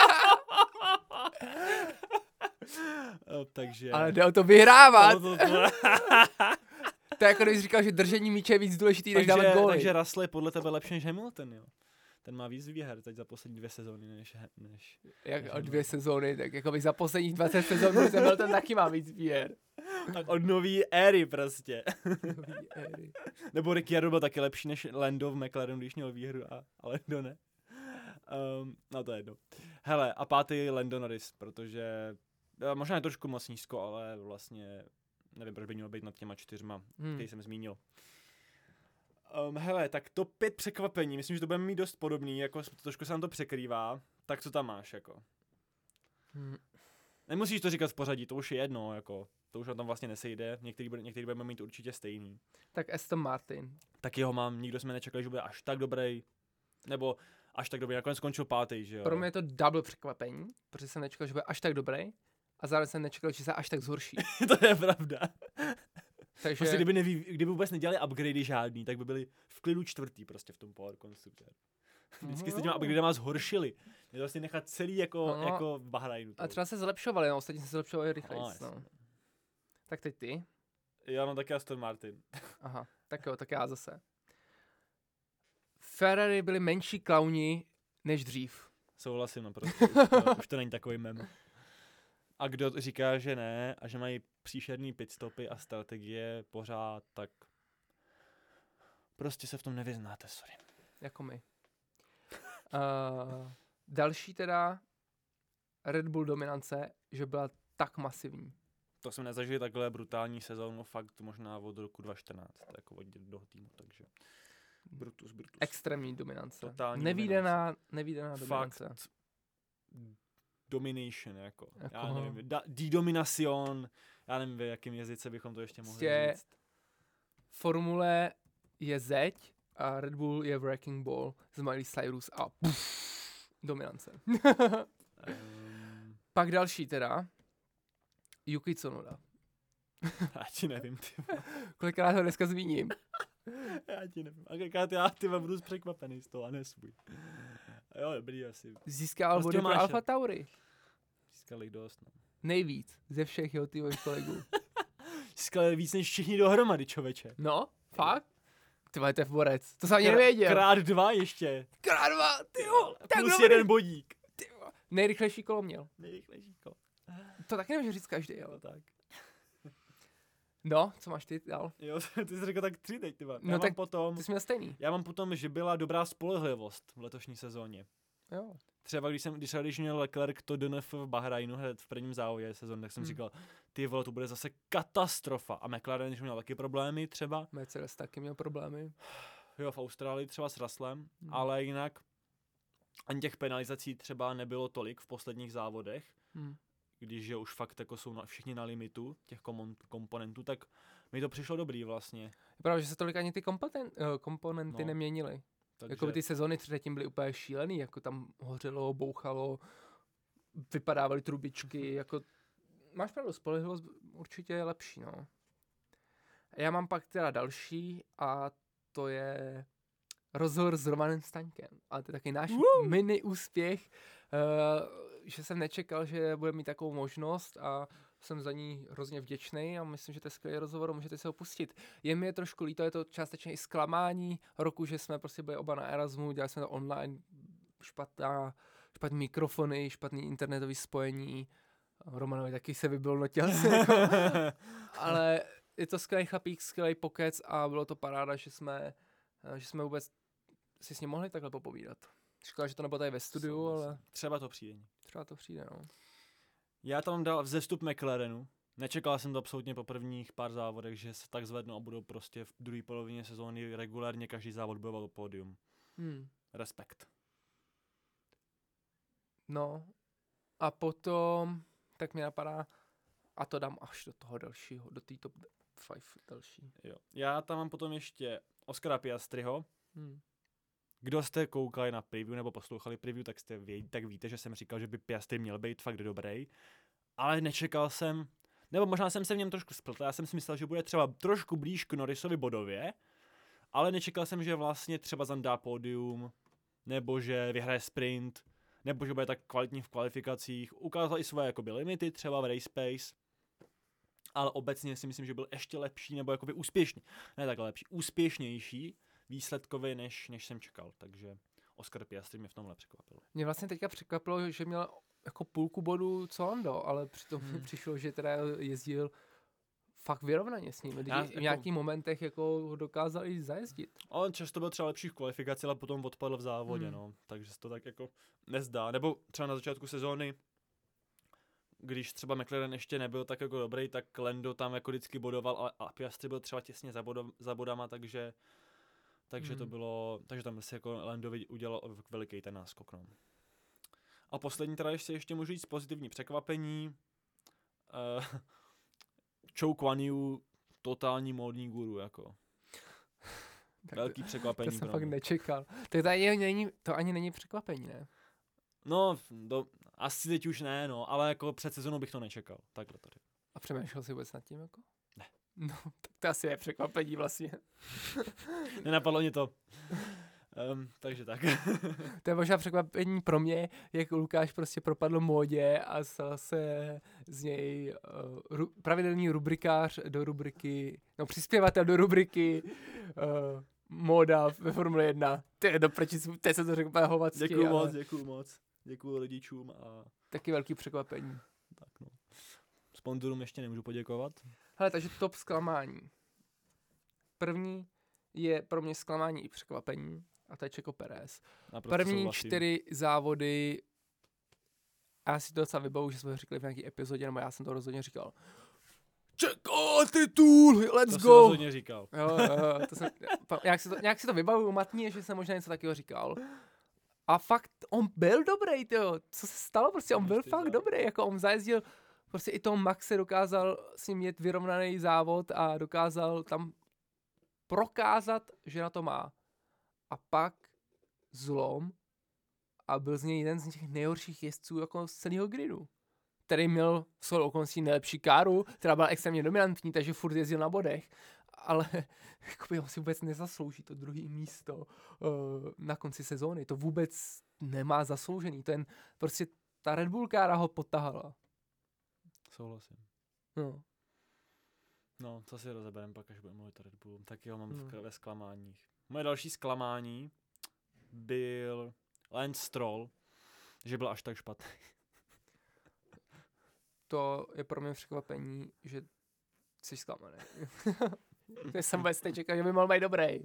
O, takže... Ale jde o to vyhrávat. To, to, to, To je jako když říkal, že držení míče je víc důležitý, než dávat takže, góly. takže Russell je podle tebe lepší než Hamilton, jo? Ten má víc výher teď za poslední dvě sezóny než... než Jak než o dvě Hamilton. sezóny, tak jako by za posledních dvacet sezón jsem byl ten taky má víc výher. Tak od nový éry prostě. Nový éry. Nebo Ricciardo byl taky lepší než Lando v McLarenu, když měl výhru, a, a Lando ne. Um, no to je jedno. Hele, a pátý Lando Norris, protože eh, možná je trošku moc nízko, ale vlastně nevím, proč by mělo být nad těma čtyřma, Hmm. který jsem zmínil. Um, hele, tak top pět překvapení, myslím, že to budeme mít dost podobný, jako s- trošku se nám to překrývá. Tak co tam máš, jako? Hmm. Nemusíš to říkat v pořadí, to už je jedno, jako. To už na tom vlastně nesejde, některý, bude- některý budeme mít určitě stejný. Tak Aston Martin. Tak jeho mám, nikdo jsme nečekali, že bude až tak dobrý, nebo až tak dobrý, nakonec skončil pátý, že jo. Pro mě je to double překvapení, protože jsem nečekal, že bude až tak dobrý. A zároveň jsem nečekal, že se až tak zhorší. To je pravda. Takže Prostě kdyby, neví, kdyby vůbec nedělali upgradey žádný, tak by byli v klidu čtvrtý prostě v tom Power Constructor. Vždycky se těma No. upgradama zhoršili. Je to vlastně nechat celý jako, No. jako v Bahrajnu. a třeba se zlepšovali, no, ostatně se zlepšovali rychleji. No, No, jasně. Tak teď ty. Jo, no taky Aston Martin. Aha, tak jo, tak já zase. Ferrari byli menší klauni než dřív. Souhlasím, no prostě. Už to, už to není takový mem. A kdo říká, že ne a že mají příšerný pitstopy a strategie pořád, tak prostě se v tom nevyznáte, sorry. Jako my. Uh, další teda Red Bull dominance, že byla tak masivní. To jsme nezažili takhle brutální sezónu, fakt možná od roku dva tisíce čtrnáct, jako od jednoho týmu, takže Brutus, Brutus. Extrémní dominance. Totální Nevídená, nevídená dominance. Fakt domination, jako, Jako- já nevím, da, dominacion, já nevím, v jakém jazyce bychom to ještě mohli Prostě- říct. Formule je zeď a Red Bull je wrecking ball z Miley Cyrus a puf, dominance. Um, Pak další teda, Yuki Tsunoda. já ti nevím, ty. Kolikrát ho dneska zmíním? Já ti nevím. A kolikrát já ty budu překvapený z toho a ne svůj. Jo, dobrý asi. Získal Prostě body pro máš- Alfa Tauri. Získali jich dost, no. Nejvíc ze všech jeho týmových kolegů. Získali víc než všichni dohromady, čověče. No, fakt? Ty vole, to je borec. To jsem ani Krá- nevěděl. Krát dva ještě. Krát dva, ty jo, tak Plus dobrý. jeden bodík. Ty jo. Nejrychlejší kolo měl. Nejrychlejší kolo. To taky nemůže říct každý, jo. Jo, tak. No, co máš ty dál? Jo, ty jsi řekl tak tři teď, ty vole. No Já mám tak potom, Ty jsi měl stejný. já mám potom, že byla dobrá spolehlivost v letošní sezóně. Jo. Třeba když jsem, když, když měl Leclerc to D N F v Bahrajnu hned v prvním závodě sezóny, tak jsem Hmm. říkal, ty vole, to bude zase katastrofa. A McLaren, když měl taky problémy třeba, Mercedes taky měl problémy. jo, v Austrálii třeba s Russellem, Hmm. ale jinak ani těch penalizací třeba nebylo tolik v posledních závodech, Hm. když je už fakt jako jsou na, všichni na limitu těch komon, komponentů, tak mi to přišlo dobrý vlastně. Je pravda, že se tolik ani ty komponen, komponenty No. neměnily. Takže Jako ty sezony předtím byly úplně šílený, jako tam hořelo, bouchalo, vypadávaly trubičky, jako máš pravdu, spolehlivost určitě je lepší, no. Já mám pak teda další a to je rozhovor s Romanem Staňkem. A to je taky náš Woo! mini úspěch, uh, že jsem nečekal, že bude mít takovou možnost a jsem za ní hrozně vděčný a myslím, že to je skvělý rozhovor, můžete se ho pustit. Je mi je trošku líto, je to částečně i zklamání roku, že jsme prostě byli oba na Erasmu, dělali jsme to online, špatná, špatný mikrofony, špatný internetový spojení. Romanovi taky se vyblnotil se, jako, ale je to skvělý chlapík, skvělý pokec a bylo to paráda, že jsme, že jsme vůbec si s ním mohli takhle popovídat. Škoda, že to nebylo tady ve studiu, ale třeba to přijde. třeba to přijde, no. Já tam dal vzestup McLarenu. Nečekal jsem to absolutně po prvních pár závodech, že se tak zvednou a budou prostě v druhé polovině sezóny regulárně každý závod bojovat o pódium. Hmm. Respekt. No a potom, tak mi napadá, a to dám až do toho dalšího, do té top pět další. Jo. Já tam mám potom ještě Oscara Piastriho. Hmm. Kdo jste koukali na preview nebo poslouchali preview, tak jste vědí, tak víte, že jsem říkal, že by Piastri měl být fakt dobrý. Ale nečekal jsem, nebo možná jsem se v něm trošku spletl, já jsem si myslel, že bude třeba trošku blíž k Norrisovi bodově, ale nečekal jsem, že vlastně třeba zandá pódium, nebo že vyhraje sprint, nebo že bude tak kvalitní v kvalifikacích. Ukázal i svoje jakoby limity, třeba v race pace, ale obecně si myslím, že byl ještě lepší, nebo jakoby úspěšný, ne takhle lepší, úspěšnější výsledkově, než, než jsem čekal, takže Oscar Piastri mě v tomhle překvapilo. Mě vlastně teďka překvapilo, že měl jako půlku bodu co Lando, ale přitom hmm. mi přišlo, že teda jezdil fakt vyrovnaně s ním. Já, v nějakých jako... momentech jako ho dokázal i zajezdit. On často byl třeba lepší v kvalifikaci, ale potom odpadl v závodě, hmm. no. Takže se to tak jako nezdá. Nebo třeba na začátku sezóny, když třeba McLaren ještě nebyl tak jako dobrý, tak Lando tam jako vždycky bodoval a Piastri byl třeba těsně za, bodom, za bodama, takže takže hmm. to bylo, takže tam si jako Landovi udělal veliký ten náskok, no. A poslední teda ještě, ještě můžu říct pozitivní překvapení. Uh, Chou Kwan Yu, totální módní guru, jako. Velký překvapení. To jsem fakt nečekal. To, to, ani není, to ani není překvapení, ne? No, do, asi teď už ne, no, ale jako před sezónou bych to nečekal. Takhle tady. A přemýšlel jsi vůbec nad tím, jako? Ne. No, tak to asi je překvapení vlastně. Nenapadlo mě to. Um, takže tak. To je možná překvapení pro mě, jak Lukáš prostě propadl módě a stal se z něj uh, ru, pravidelný rubrikář do rubriky, no přispěvatel do rubriky uh, móda ve Formule jedna. Ty do prči, teď jsem to řekl úplně hovacky. Děkuju moc, děkuju moc. Děkuju rodičům a... Taky velký překvapení. Tak no. Sponzorům ještě nemůžu poděkovat. Hele, takže top zklamání. První je pro mě zklamání i překvapení. A to je Checo Pérez. První souhlasím. čtyři závody, a já si to docela vybavu, že jsme to říkali v nějaké epizodě, nebo já jsem to rozhodně říkal. Checo, titul, let's to go! To rozhodně říkal. Jo, jo, to jsem, nějak, si to, nějak si to vybavuju matně, že jsem možná něco takového říkal. A fakt, on byl dobrý, tyjo. Co se stalo? Prostě on byl fakt dobrý, jako on zajezdil, prostě i toho Maxe dokázal s ním jet vyrovnaný závod a dokázal tam prokázat, že na to má. A pak zlom a byl z něj jeden z těch nejhorších jezdců jako z celého gridu, který měl v svou okolností nejlepší káru, která byla extrémně dominantní, takže furt jezdil na bodech, ale jakoby on si vůbec nezaslouží to druhé místo uh, na konci sezóny. To vůbec nemá zasloužený. Ten prostě ta Red Bull kára ho potahala. Souhlasím. No. No, to si rozebereme pak, až budeme mluvit o Red Bullu. Tak jo, mám no. ve zklamáních. Moje další zklamání byl Lance Stroll, že byl až tak špatný. To je pro mě překvapení, že jsi zklamaný. Já jsem vůbec nečekal, že by mohl být dobrý.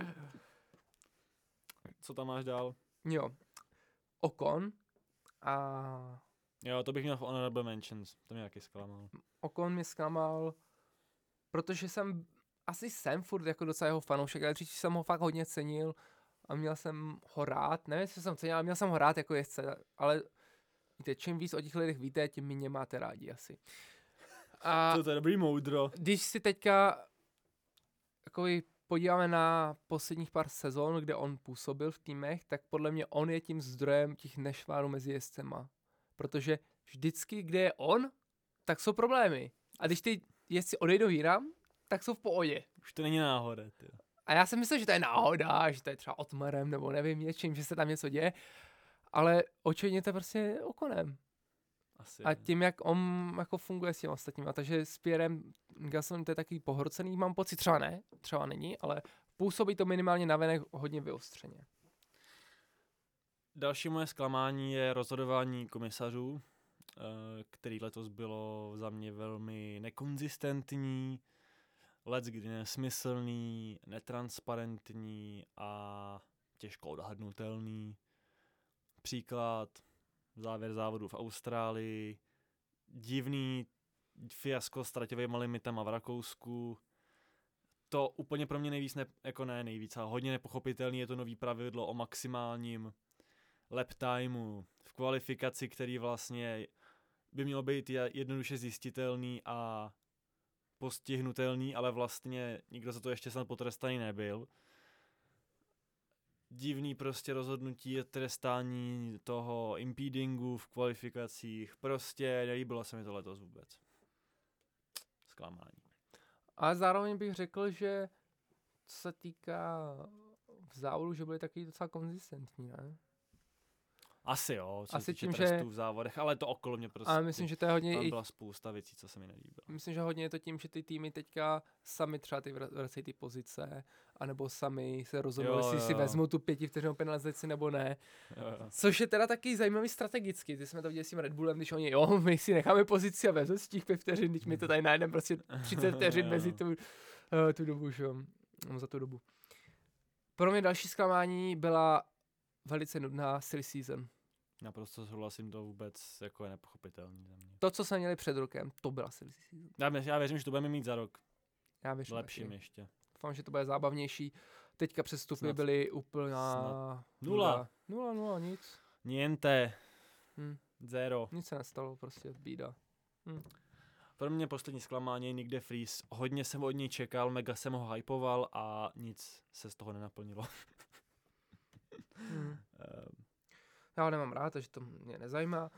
Co tam máš dál? Jo. Ocon a... Jo, to bych měl v honorable mentions. To mě taky zklamal. Ocon mě zklamal, protože jsem... Asi jsem furt jako docela jeho fanoušek, ale dřív jsem ho fakt hodně cenil a měl jsem ho rád. Nevím, jestli jsem cenil, ale měl jsem ho rád jako jezdce, ale víte, čím víc o těch lidech víte, tím méně máte rádi asi. A to, to je dobrý moudro. když si teďka takový podíváme na posledních pár sezon, kde on působil v týmech, tak podle mě on je tím zdrojem těch nešvárů mezi jezdcema. Protože vždycky, kde je on, tak jsou problémy. A když ty jezdci odejdou jinam, tak jsou v pohodě. Už to není náhoda. Tyjo. A já si myslím, že to je náhoda, že to je třeba Otmarem, nebo nevím něčím, že se tam něco děje. Ale očividně to prostě Okonem. Asi, a tím, jak on jako funguje s těmi ostatníma. Takže s Pierrem Gasolem to je takový pohorcený, mám pocit, třeba ne, třeba není, ale působí to minimálně navenek hodně vyostřeně. Další moje zklamání je rozhodování komisařů, který letos bylo za mě velmi nekonzistentní, leckdy nesmyslný, netransparentní a těžko odhadnutelný. Příklad, závěr závodu v Austrálii, divný fiasko s traťovými limitama v Rakousku. To úplně pro mě nejvíc, ne, jako ne nejvíc, ale hodně nepochopitelný je to nový pravidlo o maximálním lap timeu v kvalifikaci, který vlastně by mělo být jednoduše zjistitelný a postihnutelný, ale vlastně nikdo za to ještě snad potrestaný nebyl. Divný prostě rozhodnutí trestání toho impedingu v kvalifikacích. Prostě nelíbilo se mi to letos vůbec. Zklamání. Ale zároveň bych řekl, že co se týká v závodu, že byly taky docela konzistentní, ne? Asi jo, co Asi se týče tím, trestů že... v závodech, ale to okolo mě prostě... Ale myslím, že to je hodně... Tam i... byla spousta věcí, co se mi nelíbilo. Myslím, že hodně je to tím, že ty týmy teďka sami třeba ty vracejí ty pozice, anebo sami se rozhodnou, jestli si vezmou tu pětivteřinovou penalizaci nebo ne. Jo, jo. Což je teda taky zajímavý strategicky. Ty jsme to viděli s tím Red Bullem, když oni, jo, my si necháme pozici a vezmeme z těch pět vteřin, když my to tady najdeme prostě třicet vteřin mezi tu, uh, tu dobu, že jo, za tu dobu. Pro mě další zklamání byla velice nudná silly season. Naprosto souhlasím, to vůbec jako je nepochopitelný za mě. To, co jsme měli před rokem, to byla silly season. Já, já věřím, že to budeme mít za rok. Já věřím. Lepším taky. ještě. Doufám, že to bude zábavnější. Teďka přestupy Snad. byly úplná... Snad. Nula. Nula, nula, nic. Niente. Hm. Zero. Nic se nestalo, prostě bída. Hm. Pro mě poslední zklamání je Nick de Vries. Hodně jsem od něj čekal, mega jsem ho hypoval a nic se z toho nenaplnilo. Hm. um. Já ho nemám rád, takže to mě nezajímá.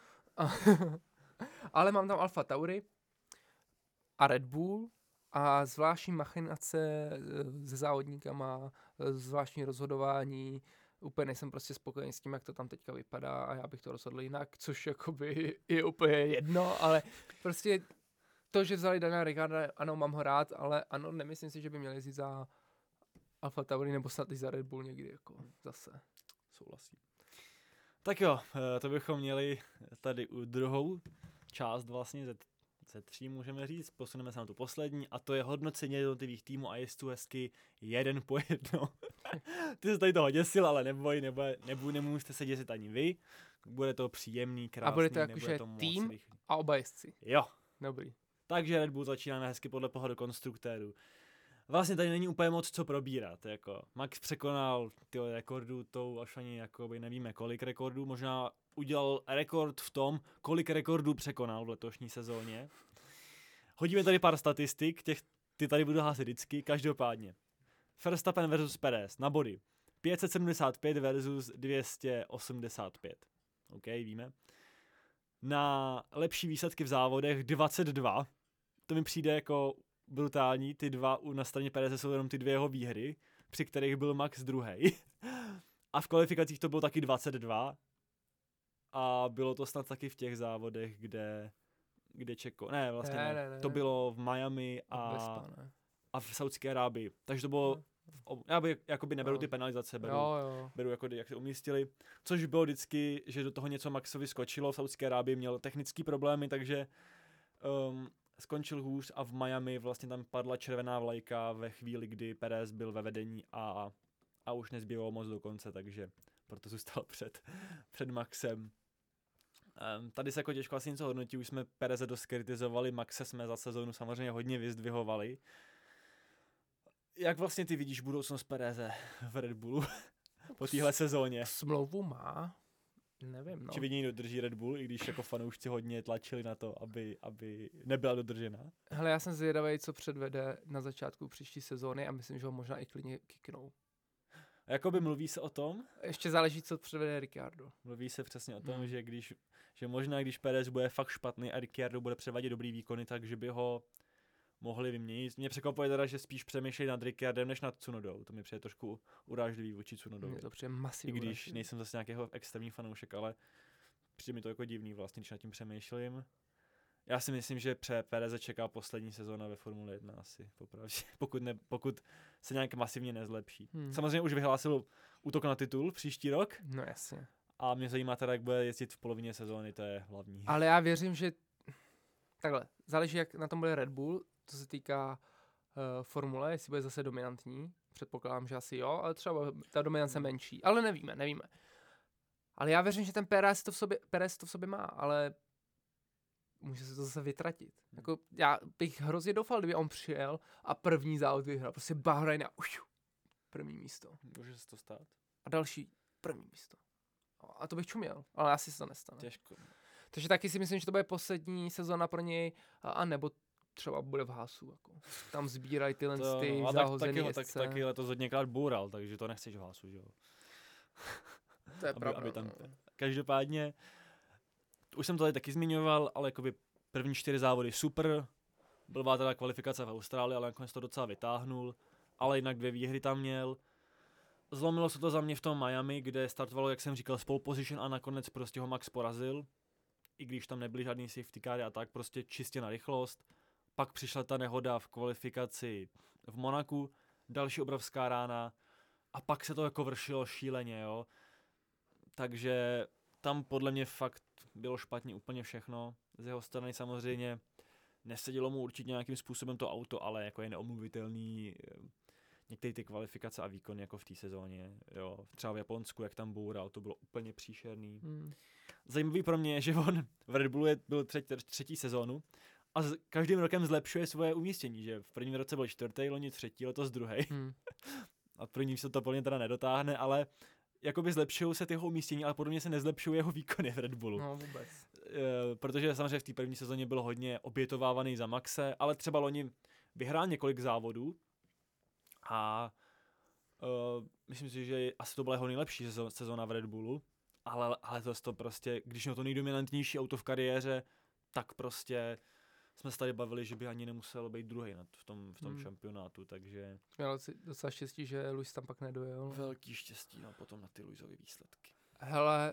Ale mám tam Alfa Tauri a Red Bull a zvláštní machinace se závodníkama, zvláštní rozhodování. Úplně nejsem prostě spokojený s tím, jak to tam teďka vypadá a já bych to rozhodl jinak, což jakoby je úplně jedno, ale prostě to, že vzali Daniela Ricciarda, ano, mám ho rád, ale ano, nemyslím si, že by měli jít za Alfa Tauri nebo snad i za Red Bull někdy, jako zase. Souhlasím. Tak jo, to bychom měli tady u druhou část vlastně ze, ze tří, můžeme říct. Posuneme se na tu poslední a to je hodnocení jednotlivých týmů a jezdců hezky jeden po jedno. Ty jsi tady toho děsil, ale neboj, nebo, nebo nemusíte se děsit ani vy. Bude to příjemný, krásný. A bude to jakože tým rychlý. A oba jezdci. Jo. Dobrý. Takže Red Bull začínáme hezky podle pohledu konstruktérů. Vlastně tady není úplně moc co probírat, jako Max překonal tyho rekordů, tou až ani jakoby nevíme kolik rekordů, možná udělal rekord v tom, kolik rekordů překonal v letošní sezóně. Hodíme tady pár statistik, těch, ty tady budu hlásit vždycky, každopádně. Verstappen versus Perez na body. pět set sedmdesát pět versus dvě stě osmdesát pět. OK, víme. Na lepší výsledky v závodech dvacet dva. To mi přijde jako brutální, ty dva na straně Pereze jsou jenom ty dvě jeho výhry, při kterých byl Max druhý. A v kvalifikacích to bylo taky dvacet dva. A bylo to snad taky v těch závodech, kde, kde Čeko, ne vlastně ne, ne, ne. To bylo v Miami a, a v Saudské Arábii. Takže to bylo, v, já by, jakoby neberu ty penalizace, beru, jo, jo. beru jako jak se umístili. Což bylo vždycky, že do toho něco Maxovi skočilo, v Saudské Arábii měl technické problémy, takže um, skončil hůř a v Miami vlastně tam padla červená vlajka ve chvíli, kdy Perez byl ve vedení a, a už nezbývalo moc do konce, takže proto zůstal před, před Maxem. Um, tady se jako těžko asi něco hodnotí, už jsme Pereze dost kritizovali, Maxe jsme za sezónu samozřejmě hodně vyzdvihovali. Jak vlastně ty vidíš budoucnost Pereze v Red Bullu po téhle sezóně? Smlouvu má Nevím, no. Či vidění dodrží Red Bull, i když jako fanoušci hodně tlačili na to, aby, aby nebyla dodržena. Hele, já jsem zvědavý, co předvede na začátku příští sezóny a myslím, že ho možná i klidně kicknou. A jakoby mluví se o tom? Ještě záleží, co předvede Ricciardo. Mluví se přesně o tom, Hmm. že když, že možná když Pérez bude fakt špatný a Ricciardo bude předvádět dobrý výkony, takže by ho mohli vyměnit. Mě překvapuje teda, že spíš přemýšlejí nad Ricciardem než nad Tsunodou. To mi přijde trošku urážlivý vůči Tsunodovi. Mně to přijde I masivně. když nejsem zase nějakého extrémní fanoušek, ale přijde mi to jako divný vlastně, když nad tím přemýšlím. Já si myslím, že pře Péreze čeká poslední sezóna ve Formule jedna asi, popravdě, pokud, ne, pokud se nějak masivně nezlepší. Hmm. Samozřejmě už vyhlásil útok na titul příští rok No jasně. a mě zajímá teda, jak bude jezdit v polovině sezóny, to je hlavní. Ale já věřím, že takhle, záleží, jak na tom bude Red Bull, co se týká uh, formule, jestli bude zase dominantní. Předpokládám, že asi jo, ale třeba ta dominance menší. Ale nevíme, nevíme. Ale já věřím, že ten Pérez to v sobě, Pérez to v sobě má, ale může se to zase vytratit. Hmm. Jako, já bych hrozně doufal, kdyby on přijel a první závod vyhrál. Prostě Bahrain a už, první místo. Může se to stát? A další první místo. A to bych čuměl, ale asi se to nestane. Těžko. Takže taky si myslím, že to bude poslední sezóna pro něj, a, a nebo třeba bude v Haasu. Jako. Tam sbírají tyhle To, ty no, a tak, zahozený taky, ho, tak, jezdce. taky letos hodněkrát boural, takže to nechceš v Haasu, že jo? To je aby, pravda. aby tam, no. každopádně, už jsem to tady taky zmiňoval, ale jakoby první čtyři závody super, byla teda kvalifikace v Austrálii, ale nakonec to docela vytáhnul, ale jinak dvě výhry tam měl. Zlomilo se to za mě v tom Miami, kde startovalo, jak jsem říkal, z pole position a nakonec prostě ho Max porazil, i když tam nebyly žádný safety car a tak, prostě čistě na rychlost. Pak přišla ta nehoda v kvalifikaci v Monaku, další obrovská rána a pak se to jako vršilo šíleně, jo. Takže tam podle mě fakt bylo špatně úplně všechno. Z jeho strany samozřejmě nesedělo mu určitě nějakým způsobem to auto, ale jako je neomluvitelný některé ty kvalifikace a výkony jako v té sezóně. Jo. Třeba v Japonsku, jak tam boural, to bylo úplně příšerný. Hmm. Zajímavý pro mě je, že on v Red Bullu je, byl třetí, třetí sezónu a s každým rokem zlepšuje svoje umístění, že v prvním roce byl čtvrtý, loni třetí, letos druhý. Hmm. A první se to plně teda nedotáhne, ale jakoby zlepšují se ty jeho umístění, ale podobně se nezlepšují jeho výkony v Red Bullu. No vůbec. E, protože samozřejmě v té první sezóně bylo hodně obětovávaný za Maxe, ale třeba loni vyhrál několik závodů a e, myslím si, že asi to byla jeho nejlepší sezóna v Red Bullu, ale, ale to, to prostě, když měl to nejdominantnější auto v kariéře, tak prostě jsme se tady bavili, že by ani nemusel být druhý v tom, v tom Hmm. šampionátu, takže Měl si docela štěstí, že Luis tam pak nedojel. velký štěstí no, potom na ty Luisovy výsledky. Hele,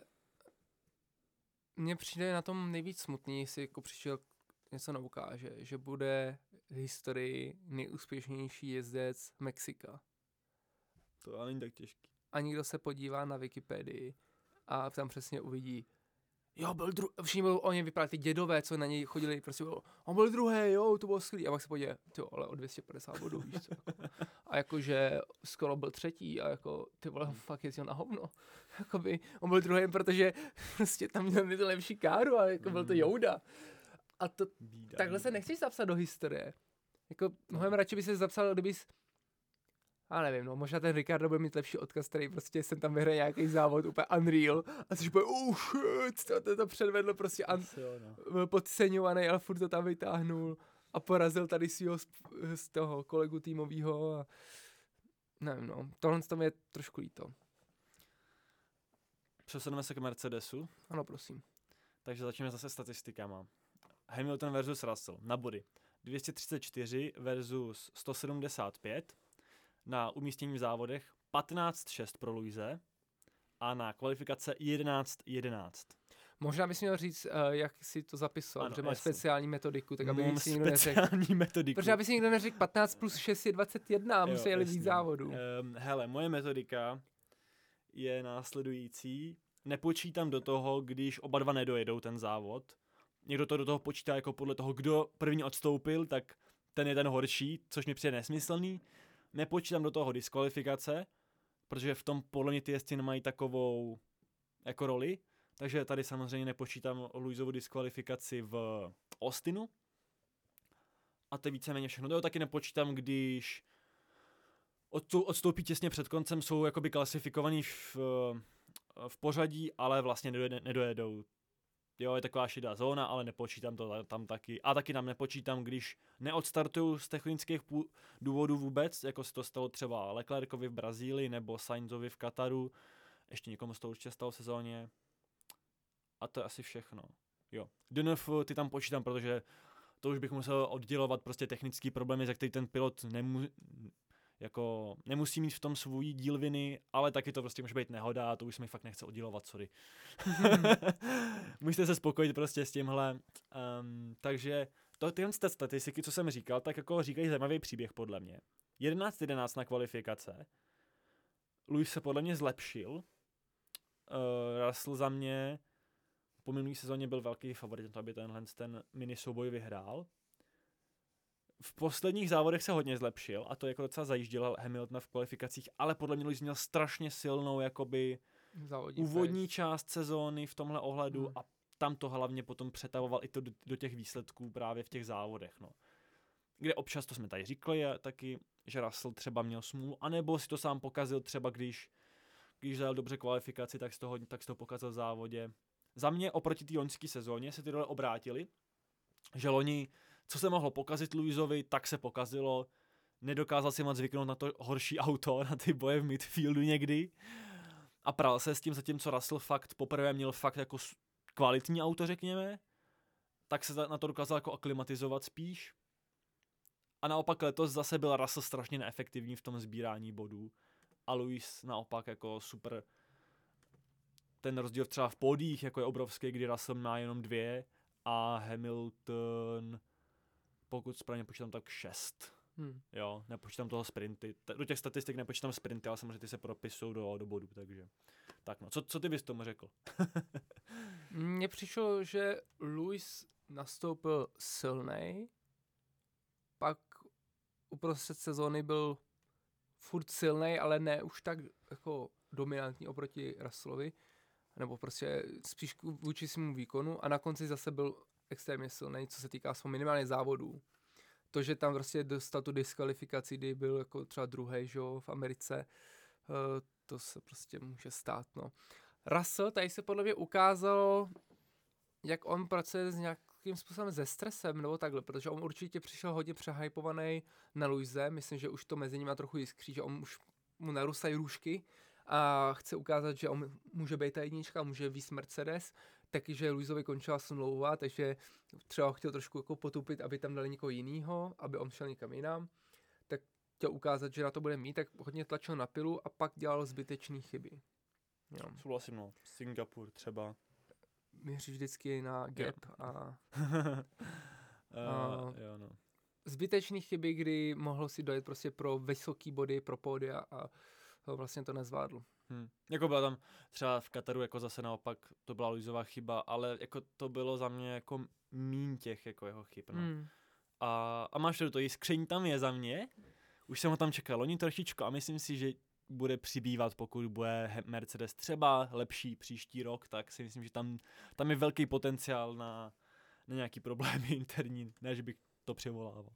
mně přijde na tom nejvíc smutný, jestli jako přišel něco neukáže, že bude v historii nejúspěšnější jezdec Mexika. To ale není tak těžký. A někdo se podívá na Wikipedii a tam přesně uvidí, jo, byl druhý, všichni byl o něm vyprávět ty dědové, co na něj chodili, prostě bylo, on byl druhý, jo, to bylo skvělý. A pak se podívá, jo, ale o dvě stě padesát bodů, víš co. Jako. A jakože skoro byl třetí a jako, ty vole, fakt jezdil na hovno. Jakoby, on byl druhý, protože prostě tam měl nejlepší káru a jako byl to Jouda. A to, Bída, takhle se bída. nechceš zapsat do historie. Jako, mnohem radši by se zapsal, kdybys, a nevím, no, možná ten Ricardo bude mít lepší odkaz, který prostě jsem tam vyhraje nějaký závod, úplně unreal, a jsi úplně, oh shit, to, to, to předvedlo prostě un, Asi jo, no. byl podceňovaný, ale furt to tam vytáhnul a porazil tady svýho z, z toho kolegu týmovýho a nevím, no, tohle to mi je trošku líto. Přesuneme se k Mercedesu, Ano, prosím. takže začneme zase statistikama. Hamilton versus Russell na body dvě stě třicet čtyři versus sto sedmdesát pět, na umístění v závodech patnáct šest pro Luise a na kvalifikace jedenáct jedenáct. Možná bys měl říct, uh, jak si to zapisoval, Ano, protože máš jasně. speciální metodiku, tak aby Mám si nikdo neřekl. speciální metodiku. Protože aby si nikdo neřekl patnáct plus šest je dvacet jedna a Jo, musí jeli víc jasně. závodů. Um, hele, moje metodika je následující. Nepočítám do toho, když oba dva nedojedou ten závod. Někdo to do toho počítá jako podle toho, kdo první odstoupil, tak ten je ten horší, což mi přijde nesmyslný. Nepočítám do toho diskvalifikace, protože v tom podle mě ty jezdci nemají takovou jako roli. Takže tady samozřejmě nepočítám Luisovu diskvalifikaci v Austinu. A to je víceméně všechno. To taky nepočítám, když odstou- odstoupí těsně před koncem, jsou jakoby klasifikovaní v, v pořadí, ale vlastně nedojede, nedojedou. Jo, je taková šedá zóna, ale nepočítám to tam taky. A taky tam nepočítám, když neodstartuju z technických pů- důvodů vůbec, jako se to stalo třeba Leclercovi v Brazílii nebo Sainzovi v Kataru. Ještě někomu z toho určitě stalo v sezóně. A to je asi všechno. Jo. D N F ty tam počítám, protože to už bych musel oddělovat prostě technický problémy, za který ten pilot nemů- jako nemusí mít v tom svůj díl viny, ale taky to prostě může být nehoda a to už se mi fakt nechce oddělovat, sorry. Můžete se spokojit prostě s tímhle. Um, takže to, tyhle statistiky, co jsem říkal, tak jako říkají zajímavý příběh podle mě. jedenáct jedenáct na kvalifikace. Lewis se podle mě zlepšil. Uh, Russell za mě po minulý sezóně byl velký favorit, aby tenhle ten mini souboj vyhrál. V posledních závodech se hodně zlepšil a to jako docela zajížděl Hamilton v kvalifikacích, ale podle mě Lewis měl strašně silnou jakoby Závodní úvodní pace. část sezóny v tomhle ohledu hmm. a tam to hlavně potom přetavoval i to do, do těch výsledků právě v těch závodech, no. Kde občas, to jsme tady říkali taky, že Russell třeba měl smůlu, anebo si to sám pokazil třeba, když, když zajel dobře kvalifikaci, tak z toho, tak z toho pokazil v závodě. Za mě oproti té loňské sezóně se ty role obrátily, že loni, co se mohlo pokazit Lewisovi, tak se pokazilo. Nedokázal si moc zvyknout na to horší auto, na ty boje v midfieldu někdy. A pral se s tím, zatímco Russell fakt poprvé měl fakt jako kvalitní auto, řekněme, tak se na to dokázal jako aklimatizovat spíš. A naopak letos zase byl Russell strašně neefektivní v tom sbírání bodů. A Lewis naopak jako super. Ten rozdíl třeba v pódiích jako je obrovský, kdy Russell má jenom dvě a Hamilton, pokud správně počítám, tak šest. Hmm. Jo, nepočítám toho sprinty. Do těch statistik nepočítám sprinty, ale samozřejmě ty se propisují do, do bodů, takže. Tak no, co, co ty bys tomu řekl? Mně přišlo, že Lewis nastoupil silnej, pak uprostřed sezóny byl furt silnej, ale ne už tak jako dominantní oproti Russellovi, nebo prostě spíš vůči svému výkonu a na konci zase byl extrémně silný, co se týká svého minimálně závodů. To, že tam prostě dostal tu diskvalifikaci, kdy byl jako třeba druhý, že jo, v Americe, to se prostě může stát, no. Russell, tady se podle mě ukázalo, jak on pracuje s nějakým způsobem se stresem, nebo takhle, protože on určitě přišel hodně přehypovaný na Lewise, myslím, že už to mezi nimi trochu jiskří, že on už mu narusají růžky a chce ukázat, že on může být ta jednička, může víc Mercedes, takže Lewisovi končila smlouva, takže třeba ho chtěl trošku jako potupit, aby tam dali někoho jinýho, aby on šel někam jinam, tak chtěl ukázat, že na to bude mít, tak hodně tlačil na pilu a pak dělal zbytečné chyby. Jo. Souhlasím, no. Singapur třeba. Míří vždycky na gap Jo. a, uh, a jo, no. zbytečný chyby, kdy mohl si dojet prostě pro vysoký body, pro pódia a vlastně to nezvládl. Hmm. Jako byla tam třeba v Kataru jako zase naopak, to byla Lewisova chyba, ale jako to bylo za mě jako míň těch jako jeho chyb, no. Hmm. A, a máš to, to jiskření tam je za mě, už jsem ho tam čekal loni trošičku a myslím si, že bude přibývat, pokud bude Mercedes třeba lepší příští rok, tak si myslím, že tam, tam je velký potenciál na, na nějaký problémy interní, než bych to přivolával.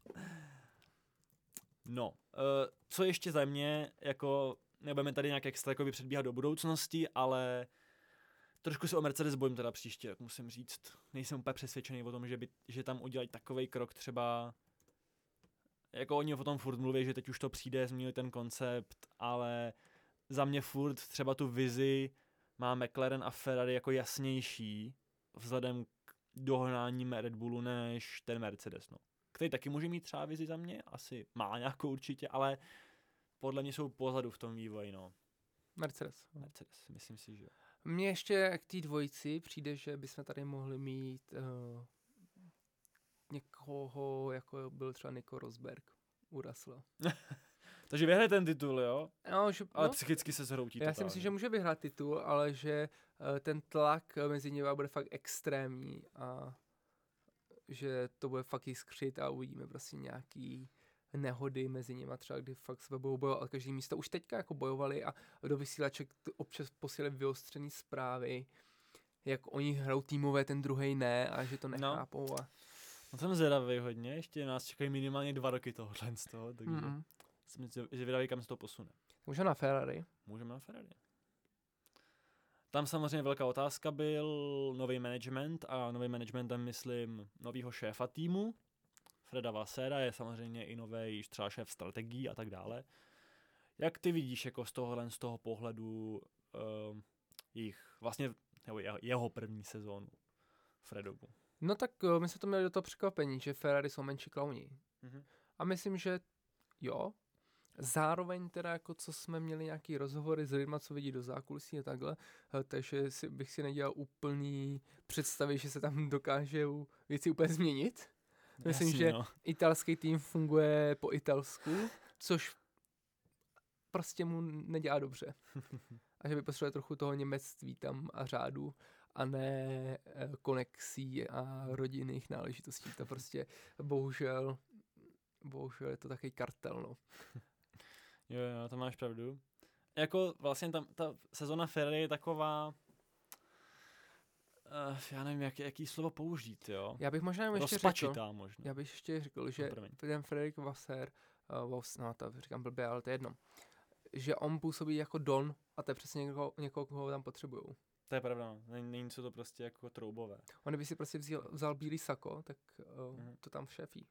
No, uh, co ještě za mě, jako nebudeme tady nějak extra jako předbíhat do budoucnosti, ale trošku se o Mercedes bojím teda příště, jak musím říct. Nejsem úplně přesvědčený o tom, že, by, že tam udělají takovej krok třeba, jako oni o tom furt mluví, že teď už to přijde, změnili ten koncept, ale za mě furt třeba tu vizi má McLaren a Ferrari jako jasnější vzhledem k dohnáním Red Bullu než ten Mercedes, no. Který taky může mít třeba vizi za mě, asi má nějakou určitě, ale podle mě jsou pozadu v tom vývoji, no. Mercedes. Mercedes, myslím si, že. Mně ještě k té dvojici přijde, že bychom tady mohli mít uh, někoho, jako byl třeba Nico Rosberg u Russella. Takže vyhraje ten titul, jo? No, že, Ale no, psychicky se zhroutí. já totálně. si myslím, že může vyhrát titul, ale že uh, ten tlak mezi nimi bude fakt extrémní a že to bude fakt jiskřit a uvidíme prostě nějaký nehody mezi nimi, třeba kdy fakt se budou bojovat každý místo. Už teďka jako bojovali a do vysílaček občas posílali vyostřený zprávy, jak oni hrajou týmové, ten druhej ne a že to nechápou. No. A... No jsem zvědavý hodně, ještě nás čekají minimálně dva roky tohohle z toho, takže mm-hmm. jsem zvědavý, kam se to posune. Můžeme na Ferrari. Můžeme na Ferrari. Tam samozřejmě velká otázka byl nový management a nový managementem myslím novýho šéfa týmu. Freda Vassera je samozřejmě i nový třeba šéf strategií a tak dále. Jak ty vidíš jako z tohohle, z toho pohledu uh, jich vlastně nebo jeho první sezónu Fredovu? No tak uh, my jsme to měli do toho překvapení, že Ferrari jsou menší klauni. Mm-hmm. A myslím, že jo. Zároveň teda, jako co jsme měli nějaký rozhovory s lidma, co vidí do zákulisí a takhle, takže si, bych si nedělal úplný představy, že se tam dokážou věci úplně změnit. Myslím, Jasně, že no. italský tým funguje po italsku, což prostě mu nedělá dobře. A že by potřebuje trochu toho němectví tam a řádu, a ne konexí a rodinných náležitostí. To prostě bohužel, bohužel je to takový kartel, no. Jo, jo, to máš pravdu. Jako vlastně tam, ta sezona Ferrari je taková, uh, já nevím, jak, jaký slovo použít, jo. Já bych možná ještě Rozpačitá řekl, možná. já bych ještě řekl, že No, ten Fredrik Vasser, uh, Vass, no to říkám blbě, ale to je jedno, že on působí jako Don a to je přesně někoho, někoho koho tam potřebujou. To je pravda, není, není co to prostě jako troubové. On kdyby si prostě vzal, vzal bílý sako, tak uh, Mhm. to tam šéfí.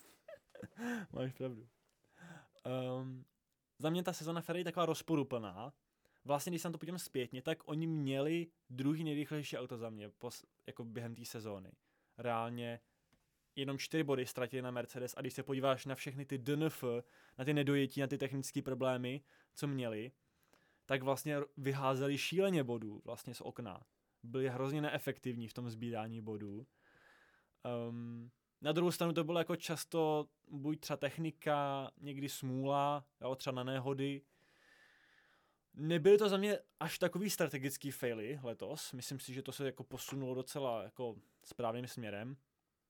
Máš pravdu. Um, za mě ta sezona Ferrari je taková rozporuplná. Vlastně, když se na to podívám zpětně, tak oni měli druhý nejrychlejší auto za mě pos, jako během té sezóny. Reálně jenom čtyři body ztratili na Mercedes a když se podíváš na všechny ty D N F, na ty nedojetí, na ty technické problémy, co měli, tak vlastně vyházeli šíleně bodů vlastně z okna. Byli hrozně neefektivní v tom sbírání bodů. Um, na druhou stranu to bylo jako často buď třeba technika, někdy smůla, jo, třeba na nehody. Nebyly to za mě až takový strategický faily letos. Myslím si, že to se jako posunulo docela jako správným směrem.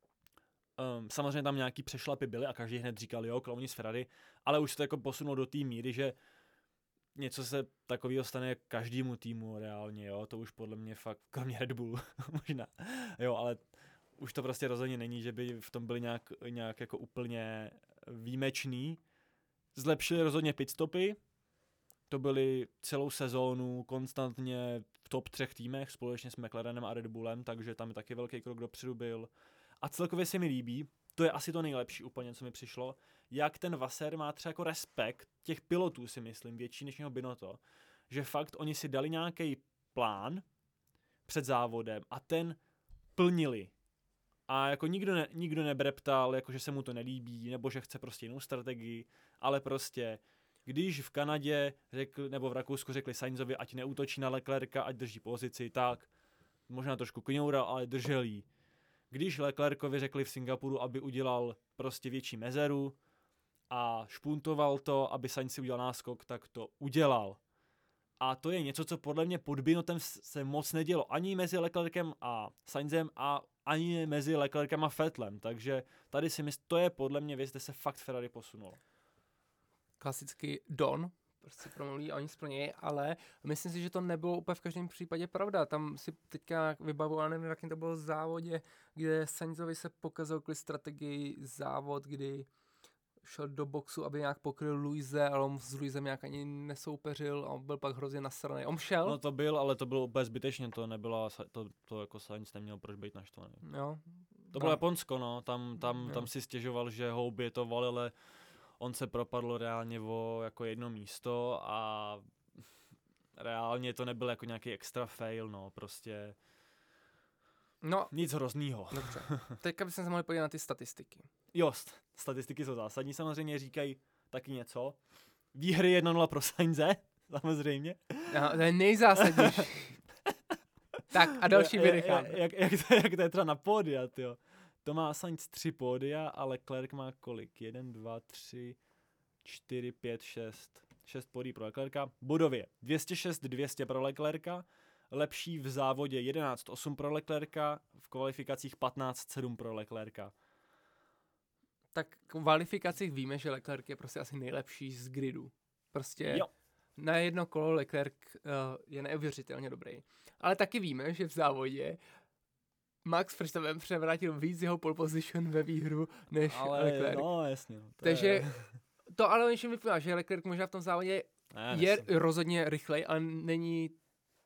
Um, samozřejmě tam nějaký přešlapy byly a každý hned říkal, jo, klauni z Ferrari, ale už se to jako posunulo do té míry, že něco se takového stane každému týmu reálně, jo, to už podle mě fakt, kromě Red Bull, možná, jo, ale už to prostě rozhodně není, že by v tom byli nějak, nějak jako úplně výjimečný. Zlepšili rozhodně pitstopy, to byly celou sezónu konstantně v top třech týmech společně s McLarenem a Red Bullem, takže tam taky velký krok dopředu byl. A celkově se mi líbí, to je asi to nejlepší úplně, co mi přišlo, jak ten Vasser má třeba jako respekt těch pilotů, si myslím, větší než něho Binotto, že fakt oni si dali nějaký plán před závodem a ten plnili. A jako nikdo, ne, nikdo nebreptal, jako že se mu to nelíbí, nebo že chce prostě jinou strategii, ale prostě, když v Kanadě řekl, nebo v Rakousku řekli Sainzovi, ať neútočí na Leclerca, ať drží pozici, tak možná trošku kňoural, ale držel jí. Když Leclercovi řekli v Singapuru, aby udělal prostě větší mezeru a špuntoval to, aby Sainz si udělal náskok, tak to udělal. A to je něco, co podle mě pod Binottem se moc nedělo. Ani mezi Leclercem a Sainzem a ani mezi Leclercem a Vettelem. Takže tady si myslím, to je podle mě věc, kde se fakt Ferrari posunulo. Klasický Don, prostě promluví a oni splnějí, ale myslím si, že to nebylo úplně v každém případě pravda. Tam si teďka vybavuji, já nevím, jakým to bylo v závodě, kde Sainzovi se pokazil kvůli strategii závod, kdy šel do boxu, aby nějak pokryl Luise, ale on s Luisem nějak ani nesoupeřil a on byl pak hrozně nasraný. On šel. No to byl, ale to bylo úplně zbytečně, to nebylo, to, to jako Sainz neměl proč být naštvaný. Jo. To bylo Japonsko, no, tam, tam, tam si stěžoval, že ho obětoval, ale on se propadl reálně o jako jedno místo a reálně to nebyl jako nějaký extra fail, no, prostě no, nic hroznýho. Dobře, teďka bychom se mohli podívat na ty statistiky. Jo, statistiky jsou zásadní, samozřejmě říkají taky něco. Výhry jedna nula pro Sainze, samozřejmě. No, to je nejzásadnější. Tak a další vynechám. Jak, jak, jak, to, jak to je třeba na pódia, tyjo. To má Sainz tři pódia, ale Leclerc má kolik? Jeden, dva, tři, čtyři, pět, šest. Šest pódií pro Leclerca. Bodově dvě stě šest, dvě stě pro Leclerca. Lepší v závodě jedenáct osm pro Leclerca. V kvalifikacích patnáct sedm pro Leclerca. Tak v kvalifikacích víme, že Leclerc je prostě asi nejlepší z gridu. Prostě Jo. na jedno kolo Leclerc uh, je neuvěřitelně dobrý. Ale taky víme, že v závodě Max Verstappen převrátil víc jeho pole position ve výhru než ale, Leclerc. No, jasně. No, to Takže je... to ale o něčem vyplývá, že Leclerc možná v tom závodě ne, je nesem. rozhodně rychlej, ale není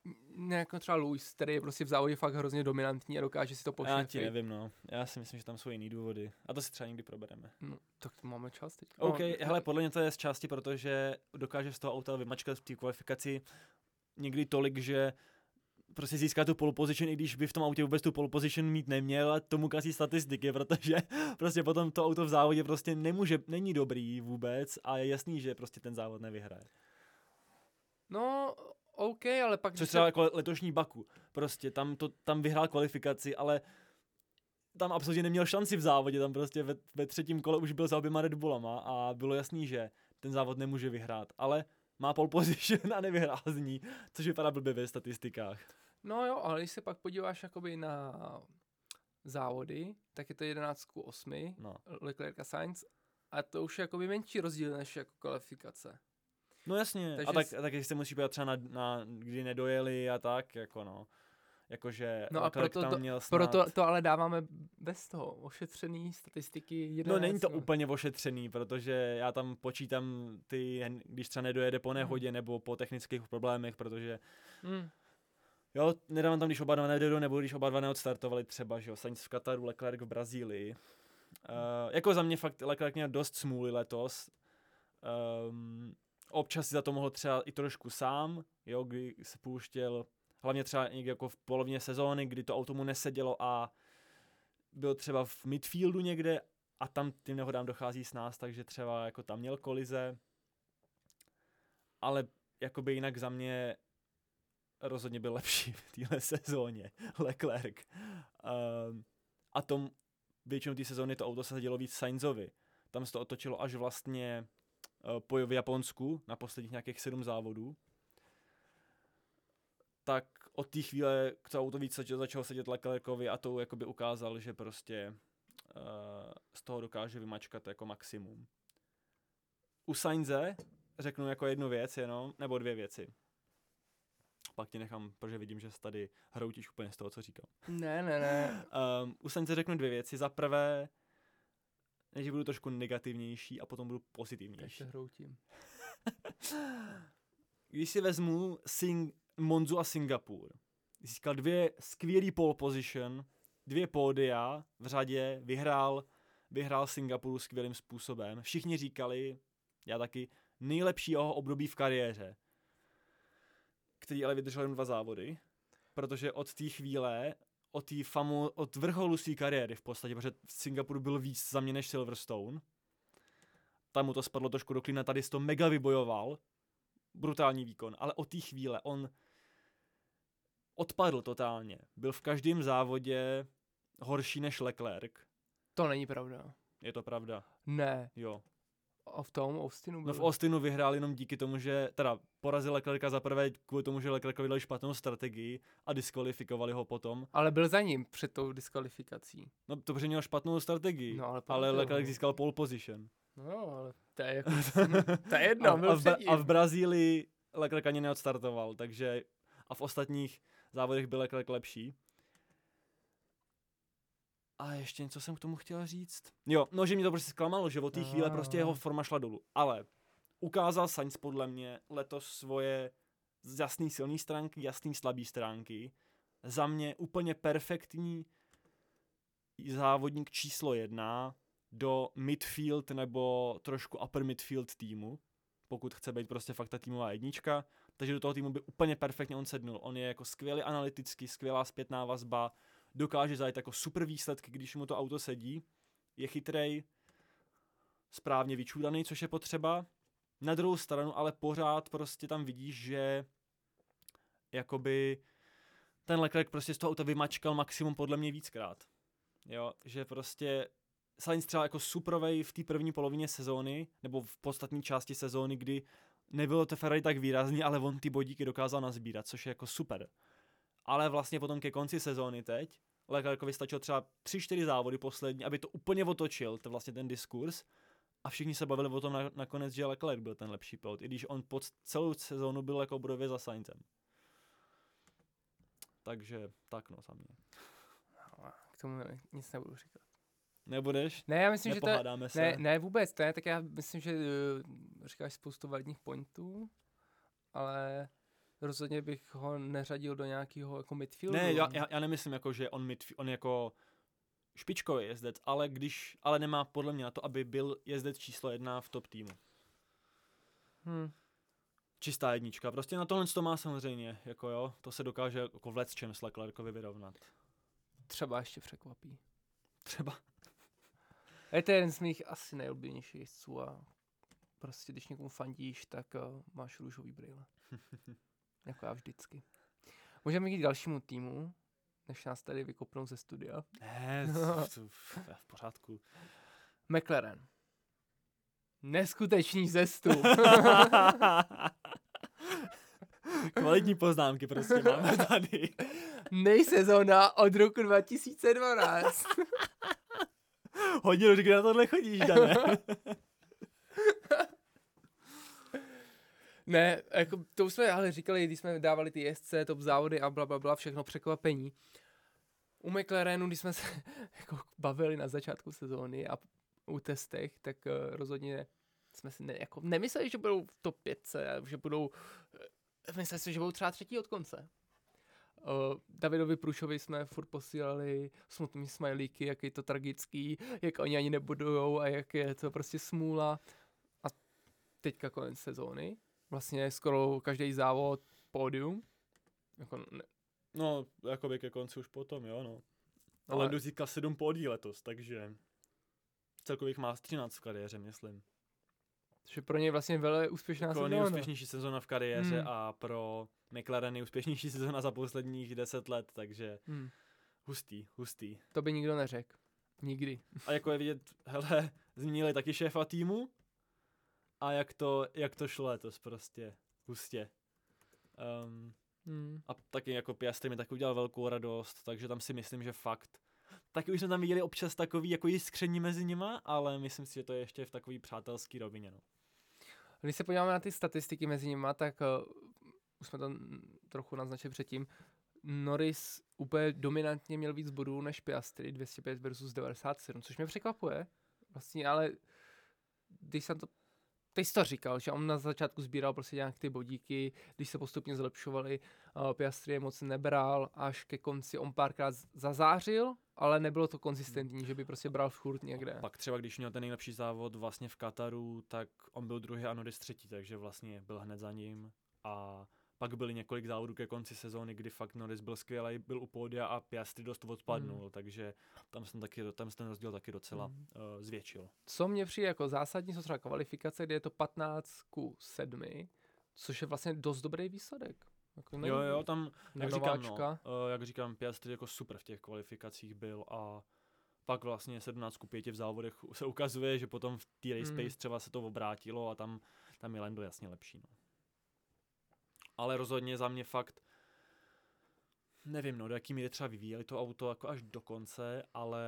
Ne, jako třeba Lewis, který je prostě v závodě fakt hrozně dominantní a dokáže si to pošefit. Já ti nevím, no. Já si myslím, že tam jsou jiný důvody. A to si třeba někdy probereme. No, tak máme čas teď. OK, no, hele, podle mě to je z části, protože dokáže z toho auta vymačkat v té kvalifikaci někdy tolik, že prostě získá tu pole position, i když by v tom autě vůbec tu pole position mít neměl, a tomu kazí statistiky, protože prostě potom to auto v závodě prostě nemůže, není dobrý vůbec a je jasný, že prostě ten závod nevyhraje. No, OK, ale pak... Což třeba jako letošní Baku, prostě tam, to, tam vyhrál kvalifikaci, ale tam absolutně neměl šanci v závodě, tam prostě ve, ve třetím kole už byl za oběma Red Bullama a bylo jasný, že ten závod nemůže vyhrát, ale má pole position a nevyhrál z ní, což vypadá blbě ve statistikách. No jo, ale když se pak podíváš jakoby na závody, tak je to jedenáct ku osmi, No. Leclerc a Sainz, a to už je jakoby menší rozdíl než jako kvalifikace. No jasně, Takže a tak, s- tak se musí podívat třeba na, na, kdy nedojeli a tak, jako no. Jakože No a Leclerc proto tam to, měl snad... proto to ale dáváme bez toho, ošetřený statistiky jedenáct. No není to úplně ošetřený, protože já tam počítám ty, když třeba nedojede po nehodě Hmm. nebo po technických problémech, protože Hmm. jo, nedávám tam, když oba dva nedojedou, nebo když oba dva neodstartovali třeba, že jo, Sainz v Kataru, Leclerc v Brazílii. Uh, jako za mě fakt Leclerc měl dost smůly letos. Um, občas si za to mohl třeba i trošku sám, jo, kdy se pouštěl, hlavně třeba někdy jako v polovině sezóny, kdy to auto mu nesedělo a byl třeba v midfieldu někde a tam tím nehodám dochází s nás, takže třeba jako tam měl kolize. Ale jakoby jinak za mě rozhodně byl lepší v téhle sezóně, Leclerc. Um, a tom většinou té sezóny to auto se dělo víc Sainzovi. Tam se to otočilo až vlastně uh, po v Japonsku, na posledních nějakých sedm závodů. Tak od té chvíle to auto víc začalo sedět Leclercovi a to jakoby ukázal, že prostě uh, z toho dokáže vymačkat jako maximum. U Sainze řeknu jako jednu věc jenom, nebo dvě věci. Pak ti nechám, protože vidím, že se tady hroutíš úplně z toho, co říkal. Ne, ne, ne. Um, u Sainze řeknu dvě věci. Za prvé, než budu trošku negativnější a potom budu Tak pozitivnější. se hroutím. Když si vezmu Sing- Monzu a Singapur, získal dvě skvělý pole position, dvě pódia v řadě, vyhrál, vyhrál Singapuru skvělým způsobem. Všichni říkali, já taky, nejlepší jeho období v kariéře, který ale vydržel jen dva závody, protože od té chvíle, od, tý famu, od vrcholu své kariéry v podstatě, protože v Singapuru byl víc za mě než Silverstone, tam mu to spadlo trošku do klína, tady to mega vybojoval, brutální výkon, ale od té chvíle on odpadl totálně. Byl v každém závodě horší než Leclerc. To není pravda. Je to pravda, Ne. jo. A v tom Austinu No byl. v Austinu vyhrál jenom díky tomu, že teda porazil Leclerca za prvé kvůli tomu, že Leclercovi dali špatnou strategii a diskvalifikovali ho potom. Ale byl za ním před tou diskvalifikací. No to protože měl špatnou strategii, No, ale ale porazil Leclerc ho. získal pole position. No jo, ale to je jako... to je jedno, a, byl a, v, Bra- předtím. a v Brazílii Leclerc ani neodstartoval, takže a v ostatních závodech byl Leclerc lepší. A ještě něco jsem k tomu chtěl říct. Jo, no, že mě to prostě zklamalo, že od té chvíle prostě jeho forma šla dolů. Ale ukázal Sainz podle mě letos svoje jasný silný stránky, jasný slabý stránky. Za mě úplně perfektní závodník číslo jedna do midfield nebo trošku upper midfield týmu, pokud chce být prostě fakt ta týmová jednička. Takže do toho týmu by úplně perfektně on sednul. On je jako skvělý analytický, skvělá zpětná vazba, dokáže zajít jako super výsledky, když mu to auto sedí, je chytrej, správně vyčúdaný, což je potřeba. Na druhou stranu ale pořád prostě tam vidíš, že jakoby ten Leclerc prostě z toho auta vymačkal maximum podle mě víckrát. Jo, že prostě Sainz třeba jako suprovej v té první polovině sezóny, nebo v podstatné části sezóny, kdy nebylo to Ferrari tak výrazný, ale on ty bodíky dokázal nazbírat, což je jako super. Ale vlastně potom ke konci sezóny teď Leclercovi stačilo třeba tři čtyři závody poslední, aby to úplně otočil, to vlastně ten diskurs. A všichni se bavili o tom na, nakonec, že Leclerc byl ten lepší pilot, i když on pod celou sezónu byl jako bodově za Sainzem. Takže tak no, za mě. K tomu ne, nic nebudu říkat. Nebudeš? Ne, já myslím, že to je, Nepohádáme se. ne, ne vůbec, to je, tak já myslím, že uh, říkáš spoustu validních pointů, ale rozhodně bych ho neřadil do nějakého jako midfieldu. Ne, já, já, já nemyslím jako, že on, midf, on jako špičkový jezdec, ale když, ale nemá podle mě na to, aby byl jezdec číslo jedna v top týmu. Hmm. Čistá jednička, prostě na tohle to má samozřejmě, jako jo, to se dokáže jako v lecčem s Leclercovi vyrovnat. Třeba ještě překvapí. Třeba. Je to jeden z mých asi nejoblíbenějších jezdců a prostě když někomu fandíš, tak uh, máš růžový brýle. Jako já vždycky. Můžeme jít k dalšímu týmu, než nás tady vykopnou ze studia. Ne, to je v pořádku. McLaren. Neskutečný zestup. Kvalitní poznámky prostě máme tady. Nejsezóna od roku dva tisíce dvanáct. Hodně už, kdy na tohle chodíš, Dané. Ne, jako to už jsme ale říkali, když jsme dávali ty jezdce, top závody a bla, bla, bla, všechno překvapení. U McLarenu, když jsme se jako bavili na začátku sezóny a u testech, tak uh, rozhodně jsme si ne, jako nemysleli, že budou v top pětce, že budou, uh, mysleli si, že budou třeba třetí od konce. Uh, Davidovi Průšovi jsme furt posílali smutný smajlíky, jak je to tragický, jak oni ani nebudujou a jak je to prostě smůla. A teďka konec sezóny. Vlastně skoro každý závod pódium. Jako ne. No, jakoby ke konci už potom, jo, no. Ale Ale dozíkal sedm pódií letos, takže celkových má třináct v kariéře, myslím. že pro něj vlastně velmi úspěšná Jako sezóna. nejúspěšnější sezóna v kariéře Hmm. a pro McLaren nejúspěšnější sezóna za posledních deset let, takže Hmm. hustý, hustý. To by nikdo neřekl. Nikdy. A jako je vidět, hele, změnili taky šéfa týmu a jak to, jak to šlo letos prostě, hustě. Um, Hmm. a taky jako Piastri mi taky udělal velkou radost, takže tam si myslím, že fakt. Taky už jsme tam viděli občas takový jako jiskření mezi nima, ale myslím si, že to je ještě v takový přátelský rovině, no. Když se podíváme na ty statistiky mezi nimi, tak uh, už jsme to mm, trochu naznačili předtím. Norris úplně dominantně měl víc bodů než Piastri, dvě stě pět versus devadesát sedm, což mě překvapuje. Vlastně, ale když jsem to, teď jsi to říkal, že on na začátku sbíral prostě nějak ty bodíky, když se postupně zlepšovali, uh, Piastri je moc nebral, až ke konci on párkrát zazářil, ale nebylo to konzistentní, že by prostě bral furt někde. Pak třeba, když měl ten nejlepší závod vlastně v Kataru, tak on byl druhý a Norris třetí, takže vlastně byl hned za ním. A pak byly několik závodů ke konci sezóny, kdy fakt Norris byl skvělý, byl u pódia a Piastri dost odpadnul, mm. takže tam jsem taky, tam jsem ten rozdíl taky docela mm. uh, zvětšil. Co mě přijde jako zásadní, jsou třeba kvalifikace, kde je to patnáct ku sedmi, což je vlastně dost dobrý výsledek. Jako jo, jo, tam, jak říkám, no, uh, jak říkám, Piastri jako super v těch kvalifikacích byl a pak vlastně sedmnáct ku pěti v závodech se ukazuje, že potom v té race pace mm. třeba se to obrátilo a tam, tam je Lando jasně lepší, no. Ale rozhodně za mě fakt, nevím, no, do jaký míry třeba vyvíjeli to auto jako až do konce, ale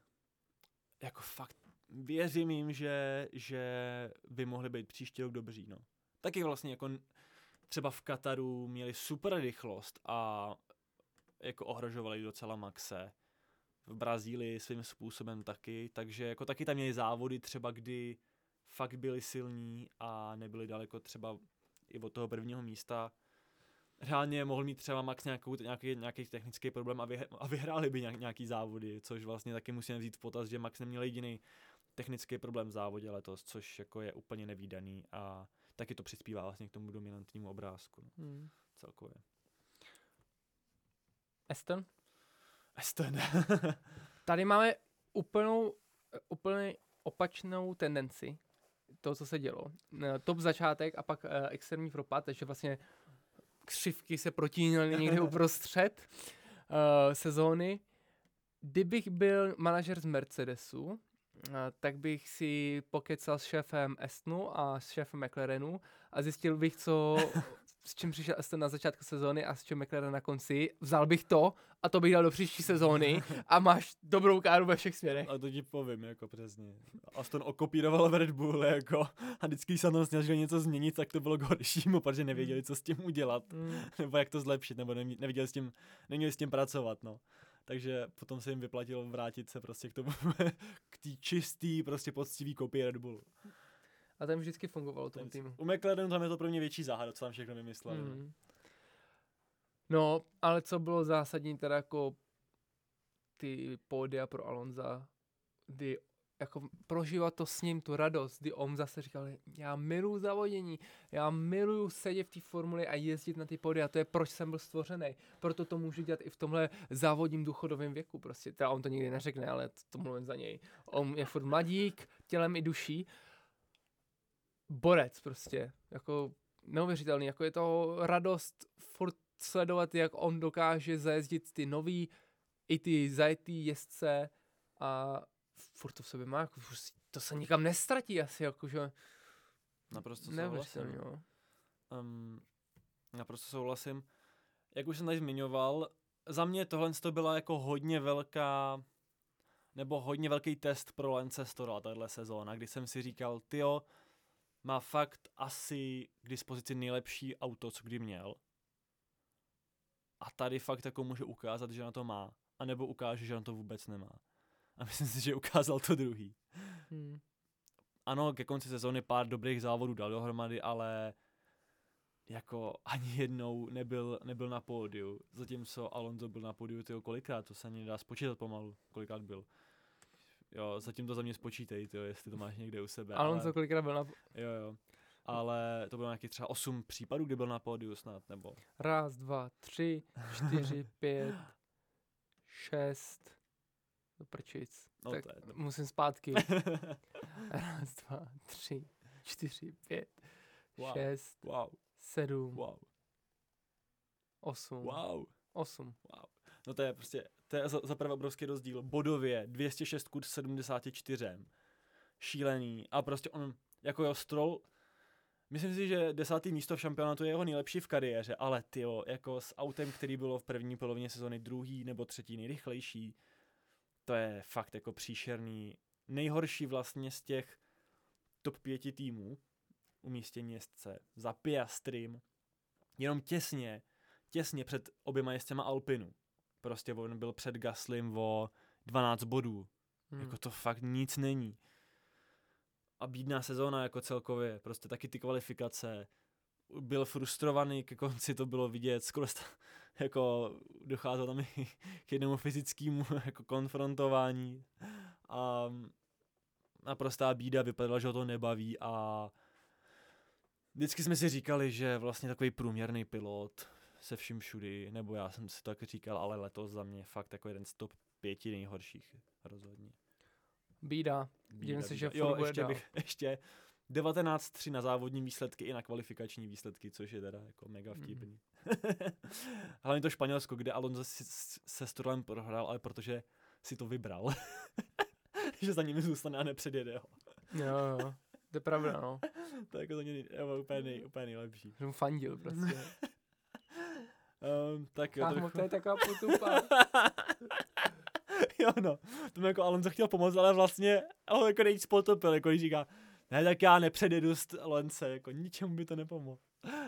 jako fakt věřím jim, že, že by mohli být příští rok dobří, no. Taky vlastně jako třeba v Kataru měli super rychlost a jako ohrožovali docela Maxe. V Brazílii svým způsobem taky, takže jako taky tam měli závody třeba, kdy fakt byli silní a nebyli daleko třeba i od toho prvního místa. Reálně mohl mít třeba Max nějakou, nějaký, nějaký technický problém a, vyhr, a vyhráli by nějak, nějaký závody, což vlastně taky musíme vzít v potaz, že Max neměl jediný technický problém v závodě letos, což jako je úplně nevídaný a taky to přispívá vlastně k tomu dominantnímu obrázku. No. Hmm. Celkově. Aston? Aston. Tady máme úplnou, úplně opačnou tendenci toho, co se dělo. Top začátek a pak uh, extrémní propad, takže vlastně křivky se protínaly někde uprostřed uh, sezóny. Kdybych byl manažer z Mercedesu, uh, tak bych si pokecal s šéfem Astonu a s šéfem McLarenu a zjistil bych, co, s čím přišel Aston na začátku sezóny a s čím McLaren na konci. Vzal bych to a to bych dal do příští sezóny a máš dobrou káru ve všech směrech. A to ti povím, jako přesně. Aston okopíroval v Red Bull, jako, a vždycky se tam snažil něco změnit, tak to bylo k horšímu, protože nevěděli, co s tím udělat, mm. nebo jak to zlepšit, nebo nevěděli s tím, neměli s tím pracovat, no. Takže potom se jim vyplatilo vrátit se prostě k tomu, k té čistý, prostě poctivý kopii Red Bullu. A tam vždycky fungovalo tomu týmu. U McLarenu tam je to pro mě větší záhada, co tam všechno vymysleli. Mm. No, ale co bylo zásadní, teda jako ty pódia pro Alonza, kdy jako prožívat to s ním, tu radost, kdy on zase říkal, já miluju závodění, já miluju sedět v té formuli a jezdit na ty pódia, to je proč jsem byl stvořený, proto to můžu dělat i v tomhle závodním důchodovém věku, prostě, teda on to nikdy neřekne, ale to, to mluvím za něj. On je furt mladík, tělem i duší, borec prostě, jako neuvěřitelný, jako je to radost furt sledovat, jak on dokáže zajezdit ty nový, i ty zajetý jezdce a furt to v sobě má, jako, to se nikam nestratí asi, jakože Naprosto souhlasím. No. Um, naprosto souhlasím. Jak už jsem tady zmiňoval, za mě tohle to byla jako hodně velká, nebo hodně velký test pro Lance Strolla tahle sezóna, kdy jsem si říkal, tyjo, má fakt asi k dispozici nejlepší auto, co kdy měl. A tady fakt jako může ukázat, že na to má. A nebo ukáže, že na to vůbec nemá. A myslím si, že ukázal to druhý. Hmm. Ano, ke konci sezóny pár dobrých závodů dal dohromady, ale jako ani jednou nebyl, nebyl na pódiu. Zatímco Alonso byl na pódiu tyjo, kolikrát, to se ani nedá spočítat pomalu, kolikrát byl. Jo, zatím to za mě spočítej, tyjo, jestli to máš někde u sebe. Alonso ale... kolikrát byl na... Jo, jo. Ale to bylo nějaký třeba osm případů, kdy byl na pódiu snad, nebo... Raz, dva, tři, čtyři, pět, šest... Do prčic. No, tak to je to. musím zpátky. Raz, dva, tři, čtyři, pět, Wow. šest, Wow. sedm, Wow. osm. Wow. Osm. Wow. No to je prostě, to je za, za prvé obrovský rozdíl. Bodově dvě stě šest ku sedmdesáti čtyřem. Šílený. A prostě on, jako jo, Stroll, myslím si, že desátý místo v šampionátu je jeho nejlepší v kariéře, ale tyjo, jako s autem, který bylo v první polovině sezony druhý nebo třetí nejrychlejší, to je fakt jako příšerný. Nejhorší vlastně z těch top pěti týmů umístění jezdce za Piastrym, jenom těsně, těsně před oběma jezdcema Alpinu. Prostě on byl před Gaslym o dvanáct bodů. Hmm. Jako to fakt nic není. A bídná sezóna jako celkově, prostě taky ty kvalifikace. Byl frustrovaný, ke konci to bylo vidět, skoro sta- jako docházelo tam i k jednomu fyzickému jako konfrontování. A naprostá bída, vypadala, že ho to nebaví a vždycky jsme si říkali, že vlastně takový průměrný pilot se vším všudy, nebo já jsem si to taky říkal, ale letos za mě fakt jako jeden z top pěti nejhorších rozhodně. Bída. Dívím se, že jo, ještě bych, ještě devatenáct tři na závodní výsledky i na kvalifikační výsledky, což je teda jako mega vtipný. Mm. Hlavně to Španělsko, kde Alonso se Strollem prohrál, ale protože si to vybral. Že za nimi zůstane a nepředjede ho. Jo, jo, to je pravda, no. To je jako za ně jo, úplně, nej, úplně nejlepší. Že mu fandil prostě. um, tak jo, Ach, trochu... to je taková potupa. Jo no, tomu jako Alonso chtěl pomoct, ale vlastně ho jako nejvíc potopil, jako když říká, ne, tak já nepředjedu z Lance, jako ničemu by to nepomohlo.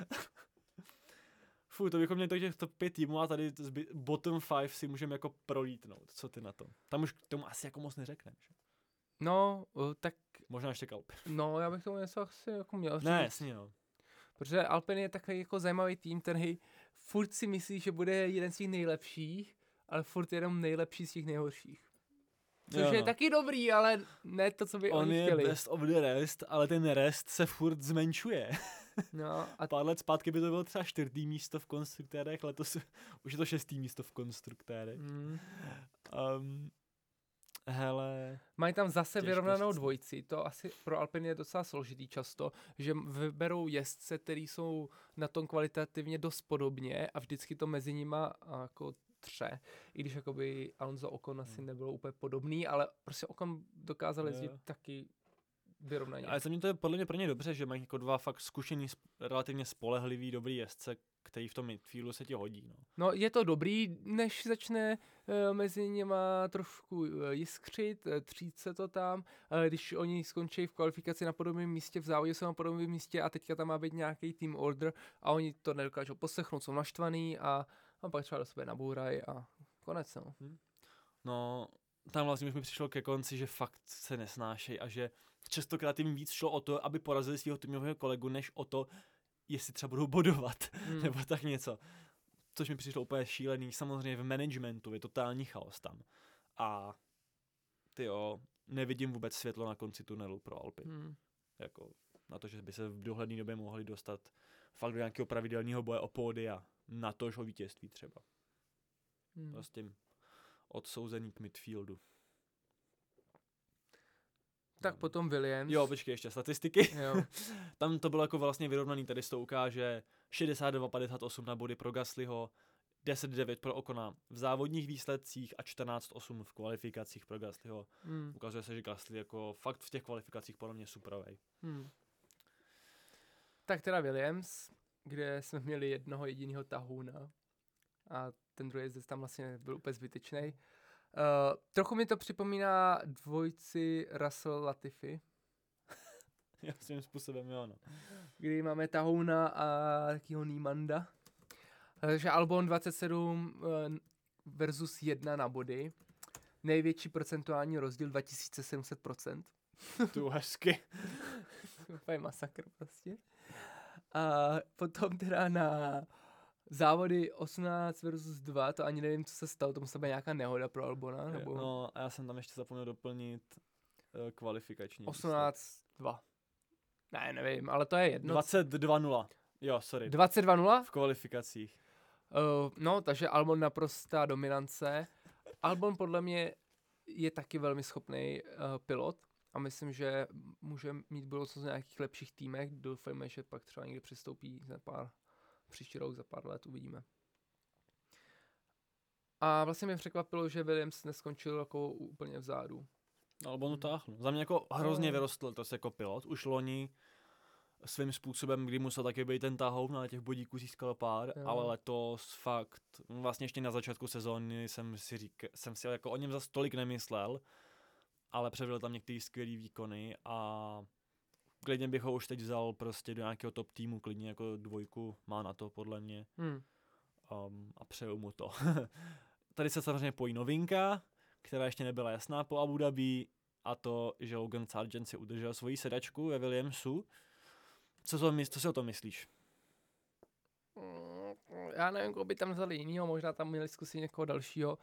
Fuh, to bychom měli těch top pět týmů a tady zby, bottom five si můžeme jako prolítnout. Co ty na to? Tam už k tomu asi jako moc neřekneme, že? No, tak... Možná ještě Alpin. No, já bych tomu něco asi jako měl říct. Ne, jasně no. Protože Alpin je takový jako zajímavý tým, který furt si myslí, že bude jeden z těch nejlepších, ale furt je jenom nejlepší z těch nejhorších. Což jo, no. je taky dobrý, ale ne to, co by On oni chtěli. On je best of the rest, ale ten rest se furt zmenšuje. No, a pár let zpátky by to bylo třeba čtvrtý místo v konstruktérech, letos už je to šestý místo v konstruktérech. Mm. Um, hele... Mají tam zase vyrovnanou dvojici, to asi pro Alpine je docela složitý často, že vyberou jezdce, který jsou na tom kvalitativně dost podobně a vždycky to mezi nima jako tře. I když jakoby Alonso Ocon asi nebylo úplně podobný, ale prostě Ocon dokázal jezdit taky vyrovnaně. Ale za mě to je podle mě pro ně dobře, že mají jako dva fakt zkušený, relativně spolehlivý, dobrý jezdce, který v tom midfieldu se ti hodí. No, no je to dobrý, než začne uh, mezi něma trošku uh, jiskřit, uh, třít se to tam, uh, když oni skončí v kvalifikaci na podobném místě, v závodě jsou na podobném místě a teďka tam má být nějaký team order a oni to nedokážou poslechnout, jsou naštvaný a, a pak třeba do sebe nabourají a konec. No. Hmm. no, tam vlastně už mi přišlo ke konci, že fakt se nesnášejí a že častokrát jim víc šlo o to, aby porazili svého týmového kolegu, než o to, jestli třeba budou bodovat, hmm. nebo tak něco. což mi přišlo úplně šílený. Samozřejmě v managementu je totální chaos tam. A tyjo, nevidím vůbec světlo na konci tunelu pro Alpy. Hmm. Jako na to, že by se v dohledné době mohli dostat fakt do nějakého pravidelného boje o pódia, na tož o vítězství třeba. Hmm. Prostě odsouzený k midfieldu. Tak potom Williams. Jo, počkej, ještě statistiky. Jo. Tam to bylo jako vlastně vyrovnaný, tady se to ukáže šedesát dva padesát osm na body pro Gaslyho, deset devět pro Okona v závodních výsledcích a čtrnáct osm v kvalifikacích pro Gaslyho. Hmm. Ukazuje se, že Gasly jako fakt v těch kvalifikacích podle mě superovej. Hmm. Tak teda Williams, kde jsme měli jednoho jediného tahůna a ten druhý jezdec tam vlastně byl úplně zbytečný. Uh, trochu mi to připomíná dvojci Russell Latifi, Já svým způsobem jo, no. kdy máme tahouna a takýho Niemanda. Takže Albon dvacet sedm uh, versus jedna na body. Největší procentuální rozdíl dva tisíce sedm set procent. Tu hezky. Úplně masakr prostě. A potom teda na závody osmnáct versus dva, to ani nevím, co se stalo, to musela být nějaká nehoda pro Albona, nebo No a já jsem tam ještě zapomněl doplnit uh, kvalifikační. osmnáct dva. Ne, nevím, ale to je jedno. dvacet dva nula. Jo, sorry. dvacet dva nula? V kvalifikacích. Uh, no, takže Albon naprostá dominance. Albon podle mě je taky velmi schopný uh, pilot a myslím, že může mít budoucnost v nějakých lepších týmech. Doufejme, že pak třeba někdy přistoupí za pár, příští rok, za pár let, uvidíme. A vlastně mě překvapilo, že Williams neskončil jako úplně vzadu. Albon utáhl. Za mě jako hrozně No. vyrostl to jako pilot. Už loni svým způsobem, kdy musel taky být ten tahoun, ale těch bodíků získal pár, Jo. ale letos fakt, vlastně ještě na začátku sezóny jsem si říkal, jsem si jako o něm zas tolik nemyslel, ale předvedl tam některý skvělý výkony a klidně bych ho už teď vzal prostě do nějakého top týmu, klidně jako dvojku má na to podle mě Hmm. um, a přeju mu to. Tady se samozřejmě pojí novinka, která ještě nebyla jasná po Abu Dhabi, a to, že Logan Sargent si udržel svoji sedačku ve Williamsu. Co, to, co si o tom myslíš? Já nevím, koho by tam vzali jinýho, možná tam měli zkusit někoho dalšího.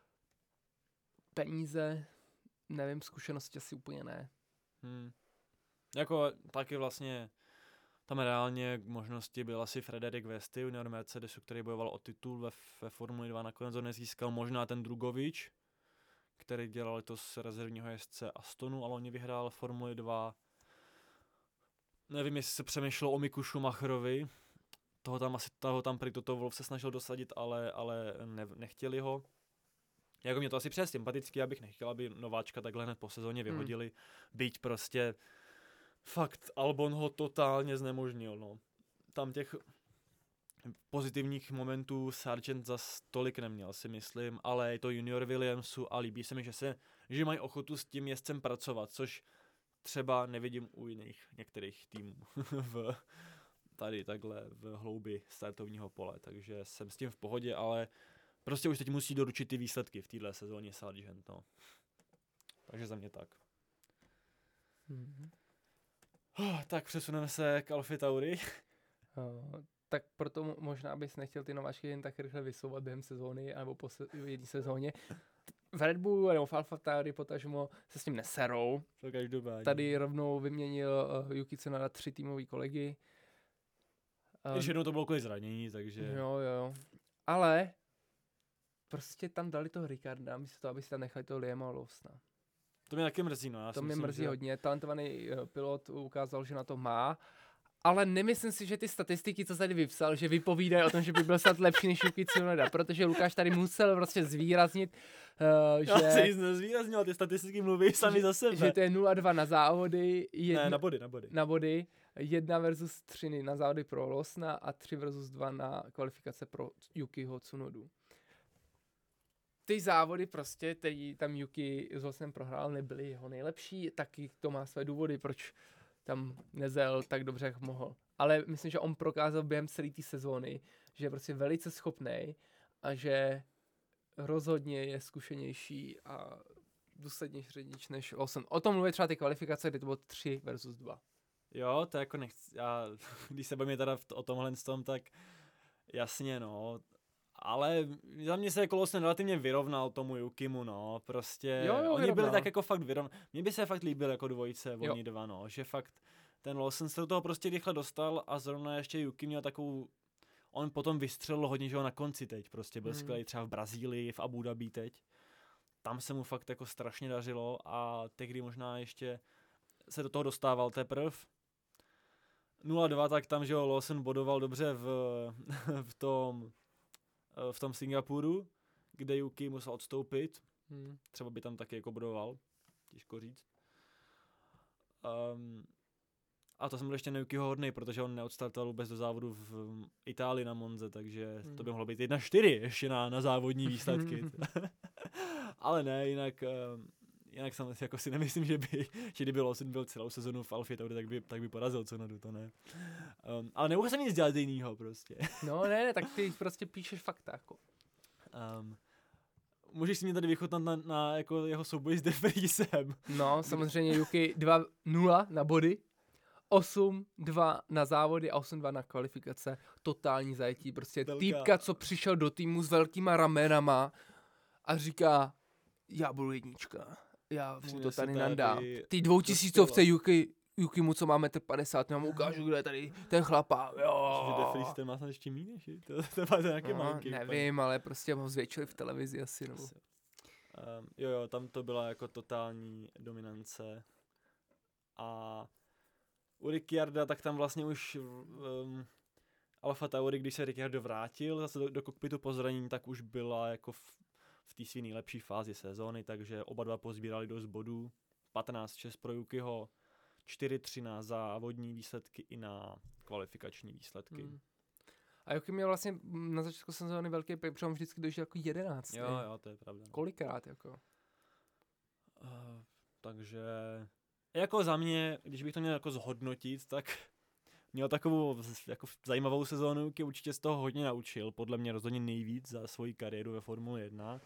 Peníze, nevím, zkušenosti asi úplně ne. Hmm. Jako taky vlastně tam reálně možnosti byl asi Frederik Vesti, junior Mercedesu, který bojoval o titul ve, ve Formuli dva, nakonec ho nezískal, možná ten Drugovič, který dělal letos rezervního jezdce Astonu, ale oni vyhrál Formuli dva. Nevím, jestli se přemýšlelo o Miku Schumacherovi, toho tam asi, toho tam prý Toto Wolff se snažil dosadit, ale, ale ne, nechtěli ho. Jako mě to asi přes sympatický, já bych nechtěl, aby nováčka takhle hned po sezóně vyhodili, hmm. byť prostě fakt Albon ho totálně znemožnil, no. Tam těch pozitivních momentů Sargent zas tolik neměl, si myslím, ale je to junior Williamsu a líbí se mi, že, se, že mají ochotu s tím jezdcem pracovat, což třeba nevidím u jiných některých týmů v, tady takhle v hloubi startovního pole, takže jsem s tím v pohodě, ale prostě už teď musí doručit ty výsledky v téhle sezóně Sargent, no. Takže za mě tak. Mm-hmm. Oh, tak přesuneme se k AlphaTauri. Uh, tak proto možná bys nechtěl ty nováčky jen tak rychle vysouvat během sezóny nebo po se- jedné sezóně. V Red Bullu nebo v AlphaTauri potažmo se s tím neserou. To každopádně. Tady rovnou vyměnil uh, Yuki Tsunoda tři týmový kolegy. Um, Když jednou to bylo kvůli zranění, takže... Jo, jo. Ale prostě tam dali toho Ricarda, místo toho, aby si tam nechali toho Liama Lawsona. To mě taky mrzí, no. Já To mě myslím, mrzí že... hodně. Talentovaný uh, pilot ukázal, že na to má. Ale nemyslím si, že ty statistiky, co tady vypsal, že vypovídají o tom, že by byl snad lepší než Yuki Tsunoda, protože Lukáš tady musel prostě zvýraznit, uh, že... Já se nic nezvýraznil, ty statistiky mluví sami za sebe. Že to je nula dva na závody, jedna, ne, na body, na body. na body, jedna versus tři na závody pro Lawsona a tři versus dva na kvalifikace pro Yukiho Tsunodu. Ty závody prostě, který tam Yuki s Lawsonem prohrál, nebyly jeho nejlepší, taky to má své důvody, proč tam nezel tak dobře, jak mohl. Ale myslím, že on prokázal během celé té sezóny, že je prostě velice schopnej a že rozhodně je zkušenější a důslednější řidič než Lawson. O tom mluví třeba ty kvalifikace, kdy to bylo tři versus dva. Jo, to jako nechci, já, když se bavíme teda v, o tomhle tom, tak jasně, no, Ale za mě se jako Lawson relativně vyrovnal tomu Yukimu, no, prostě, Jo, jo, oni vyrovnal. byli tak jako fakt vyrovnal, mně by se fakt líbil jako dvojice, Jo. oni dva, no, že fakt ten Lawson se do toho prostě rychle dostal a zrovna ještě Yuki měl takovou, on potom vystřelil hodně, že ho na konci teď, prostě byl Hmm. skvělý třeba v Brazílii, v Abu Dhabi teď, tam se mu fakt jako strašně dařilo a tehdy možná ještě se do toho dostával teprv. nula dva, tak tam, že jo, Lawson bodoval dobře v, v tom v tom Singapuru, kde Yuki musel odstoupit. Hmm. Třeba by tam taky jako bodoval. Těžko říct. Um, a to jsem byl ještě na Yukiho hodnej, protože on neodstartoval vůbec do závodu v Itálii na Monze, takže hmm. to by mohlo být jedna čtyři ještě na, na závodní výsledky. Ale ne, jinak, um, jinak jsem jako si nemyslím, že by, že kdyby Lawson byl celou sezonu v Alfě Tauri, tak by, tak by porazil Tsunodu, to ne. Um, ale nemohl jsem nic dělat jinýho prostě. No ne, ne, tak ty prostě píšeš fakta, jako. Um, můžeš si mě tady vychutnat na, na jako jeho souboj s De Vriesem. No, samozřejmě Yuki dva nula na body, osm dva na závody a osm dva na kvalifikace. Totální zajetí, prostě Velká. týpka, co přišel do týmu s velkýma ramenama a říká, já budu jednička, já mu to Přines tady si nandám. tady Ty dvoutisícovce Yuki, Yukimu, co má metr padesát, já mu ukážu, kde je tady ten chlapa, Že De jo. Vries ten má snad ještě míň, než je? To, to má nějaké No, malinký. nevím, ale prostě ho zvětšili v televizi asi, nebo... Um, jo, jo, tam to byla jako totální dominance. A u Ricciarda, tak tam vlastně už um, Alfa Tauri, když se Ricciardo vrátil zase do, do kokpitu po zranění, tak už byla jako v, v té své nejlepší fázi sezóny, takže oba dva pozbírali dost bodů. patnáct šest pro Yukiho, čtyři tři na závodní výsledky i na kvalifikační výsledky. Hmm. A Yuki měl vlastně na začátku sezóny velký pek, protože on vždycky dojížděl jako jedenáct. Jo, jo, to je pravda. Kolikrát, jako? Uh, takže jako za mě, když bych to měl jako zhodnotit, tak měl takovou jako zajímavou sezónu, který určitě z toho hodně naučil, podle mě rozhodně nejvíc za svoji kariéru ve Formule jedna.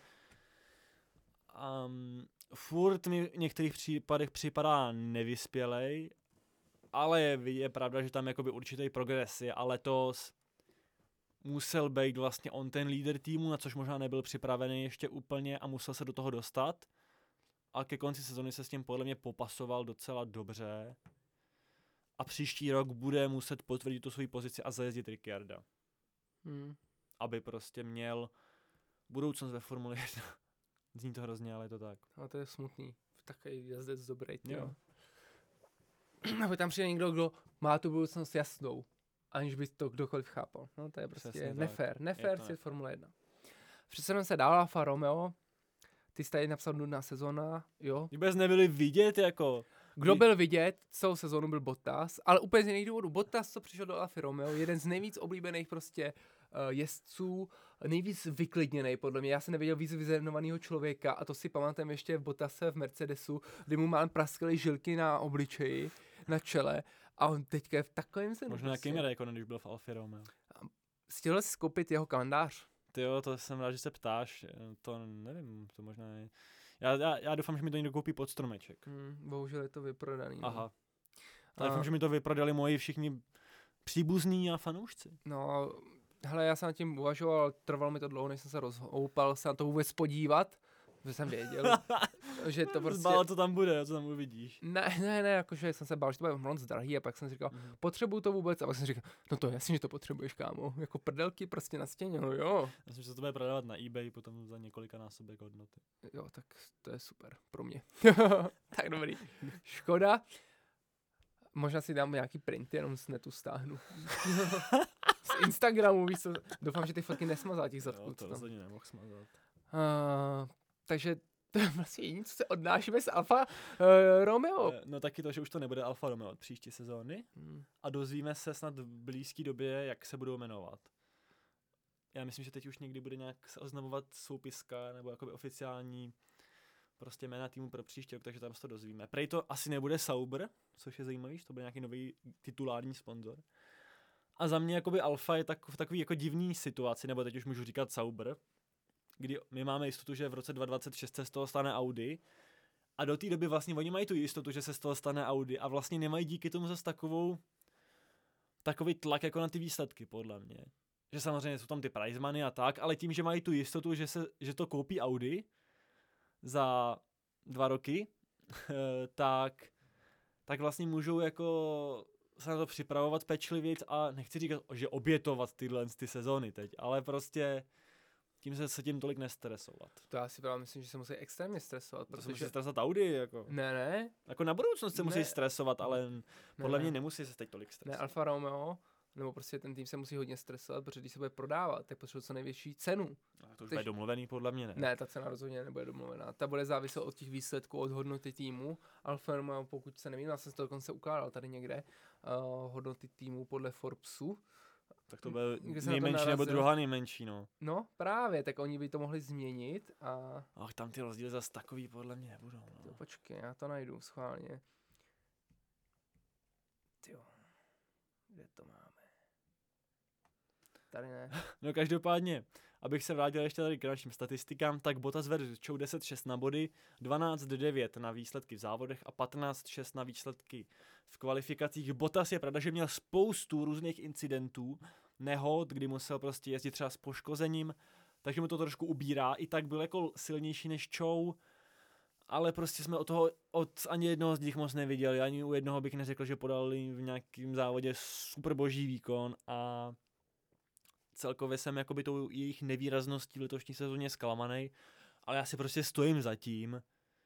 Um, furt mi v některých případech připadá nevyspělej, ale je, je pravda, že tam jakoby určitý progres je, a letos musel být vlastně on ten líder týmu, na což možná nebyl připravený ještě úplně a musel se do toho dostat. A ke konci sezony se s tím podle mě popasoval docela dobře. A příští rok bude muset potvrdit tu svoji pozici a zajezdit Ricciarda. Hmm. Aby prostě měl budoucnost ve Formule jedna. Zní to hrozně, ale je to tak. No to je smutný. Takový jezdec dobrý, jo. Jo. Aby tam přijde někdo, kdo má tu budoucnost jasnou, aniž by to kdokoliv chápal. No to je prostě Přesně tak. nefér. Nefér Je to si nefér. Formule jedna. Přesuneme se dál, Alfa Romeo. Ty jsi tady napsal nudná sezóna, jo. Vůbec nebyli vidět jako... Kdo byl vidět, celou sezónu byl Bottas, ale úplně z jiných důvodů. Bottas, co přišel do Alfa Romeo, jeden z nejvíc oblíbených prostě uh, jezdců, nejvíc vyklidněný podle mě. Já jsem neviděl víc vyzenovaného člověka a to si pamatujeme ještě v Bottase v Mercedesu, kdy mu mám praskaly žilky na obličeji, na čele a on teďka je v takovém se Možná jaký měl jako když byl v Alfa Romeo. Stihl jsi koupit jeho kalendář? Ty jo, to jsem rád, že se ptáš, to nevím, to možná je... Já, já, já doufám, že mi to někdo koupí pod stromeček. Hmm, bohužel je to vyprodaný. No. Aha. Tak A- doufám, že mi to vyprodali moji všichni příbuzní a fanoušci. No, hele, já jsem nad tím uvažoval, trvalo mi to dlouho, než jsem se rozhoupal se na to vůbec podívat, že jsem věděl, že to prostě... Zbála, co tam bude, co tam uvidíš. Ne, ne, ne, jakože jsem se bál, že to bude moc drahý a pak jsem si říkal, Mhm. potřebuju to vůbec a pak jsem si říkal, no to jasně, že to potřebuješ, kámo, jako prdelky prostě na stěně, no jo. Myslím, že se to bude prodávat na eBay potom za několika násobek hodnoty. Jo, tak to je super pro mě. Tak dobrý. Škoda. Možná si dám nějaký printy, jenom z netu stáhnu. Z Instagramu, víš co, doufám, že ty fotky nesmazá těch zadků. Jo, co to tam. rozhodně nemohl smazat. Uh, takže to je vlastně jediné, co se odnášíme z Alfa uh, Romeo. Eh, No taky to, že už to nebude Alfa Romeo od příští sezóny Hmm. a dozvíme se snad v blízké době, jak se budou jmenovat. Já myslím, že teď už někdy bude nějak se oznamovat soupiska nebo jakoby oficiální prostě jména týmu pro příští rok, takže tam se to dozvíme. Prej to asi nebude Sauber, což je zajímavý, že to bude nějaký nový titulární sponzor. A za mě jakoby Alfa je tak, v takový jako divný situaci, nebo teď už můžu říkat Sauber, kdy my máme jistotu, že v roce dva tisíce dvacet šest se z toho stane Audi a do té doby vlastně oni mají tu jistotu, že se z toho stane Audi a vlastně nemají díky tomu zase takovou takový tlak jako na ty výsledky, podle mě. že samozřejmě jsou tam ty prize money a tak, ale tím, že mají tu jistotu, že, se, že to koupí Audi za dva roky, tak, tak vlastně můžou jako se na to připravovat pečlivěc a nechci říkat, že obětovat tyhle ty sezóny teď, ale prostě tím se, se tím tolik nestresovat. To já si právě myslím, že se musí extrémně stresovat, To protože... se musí stresovat Audi, jako. Ne, ne. Jako na budoucnost se Ne. musí stresovat, ale podle ne. mě nemusí se teď tolik Ne, stresovat. Alfa Romeo, nebo prostě ten tým se musí hodně stresovat, protože když se bude prodávat, tak potřebuje co největší cenu. A to už Tež- bude domluvený, podle mě ne. Ne, ta cena rozhodně nebude domluvená. Ta bude záviset od těch výsledků, od hodnoty týmu. Alfa Romeo, pokud se nevím, já jsem si to dokonce ukládal tady někde, uh, hodnoty týmu podle Forbesu. Tak to bude Kde se na to nejmenší nebo narazil? druhá nejmenší, no. No, právě, tak oni by to mohli změnit a... Ach, tam ty rozdíly zase takový podle mě nebudou, To, no. počkej, já to najdu schválně. Tyjo, kde to máme? Tady ne. No každopádně, abych se vrátil ještě tady k našim statistikám, tak Bottas versus Zhou deset šest na body, dvanáct devět na výsledky v závodech a patnáct šest na výsledky v kvalifikacích. Bottas je pravda, že měl spoustu různých incidentů, nehod, kdy musel prostě jezdit třeba s poškozením, takže mu to trošku ubírá. I tak byl jako silnější než Zhou, ale prostě jsme od toho, od ani jednoho z nich moc neviděli. Ani u jednoho bych neřekl, že podali v nějakém závodě super boží výkon a celkově jsem jakoby tou jejich nevýrazností v letošní sezóně zklamanej, ale já si prostě stojím za tím,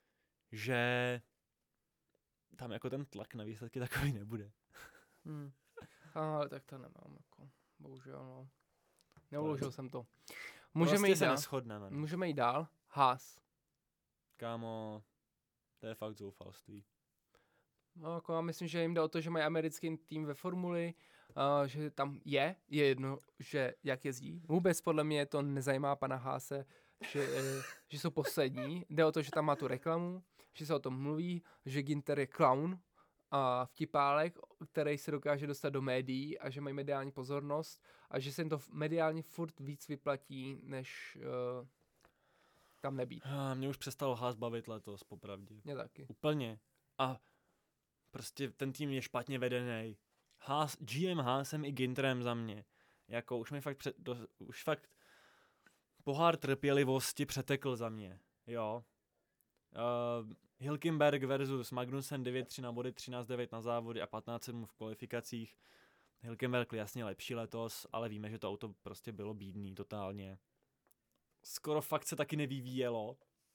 že tam jako ten tlak na výsledky takový nebude. Hmm. Ale tak to nemám, jako, bohužel, no. Neuložil jsem to. Můžeme Prostě jít se dál. neshodneme. No. Můžeme jít dál. Haas. Kámo, to je fakt zoufalství. No, jako já myslím, že jim jde o to, že mají americký tým ve formuli, uh, že tam je, je jedno, že jak jezdí. Vůbec podle mě to nezajímá pana Haase, že, eh, že jsou poslední. Jde o to, že tam má tu reklamu, že se o tom mluví, že Günther je clown a vtipálek, který se dokáže dostat do médií a že mají mediální pozornost a že se jim to mediálně furt víc vyplatí, než uh, tam nebýt. Ah, Mě už přestalo Haas bavit letos, popravdě. Mě taky. Úplně. A prostě ten tým je špatně vedený. Haas, G M Haasem i Ginterem za mě. Jako už mi fakt, před, do, už fakt pohár trpělivosti přetekl za mě. Jo. Uh, Hülkenberg versus Magnussen devět tři na body, třináct devět na závody a patnáct sedm v kvalifikacích. Hülkenberg jasně lepší letos, ale víme, že to auto prostě bylo bídný totálně. Skoro fakt se taky nevyvíjelo.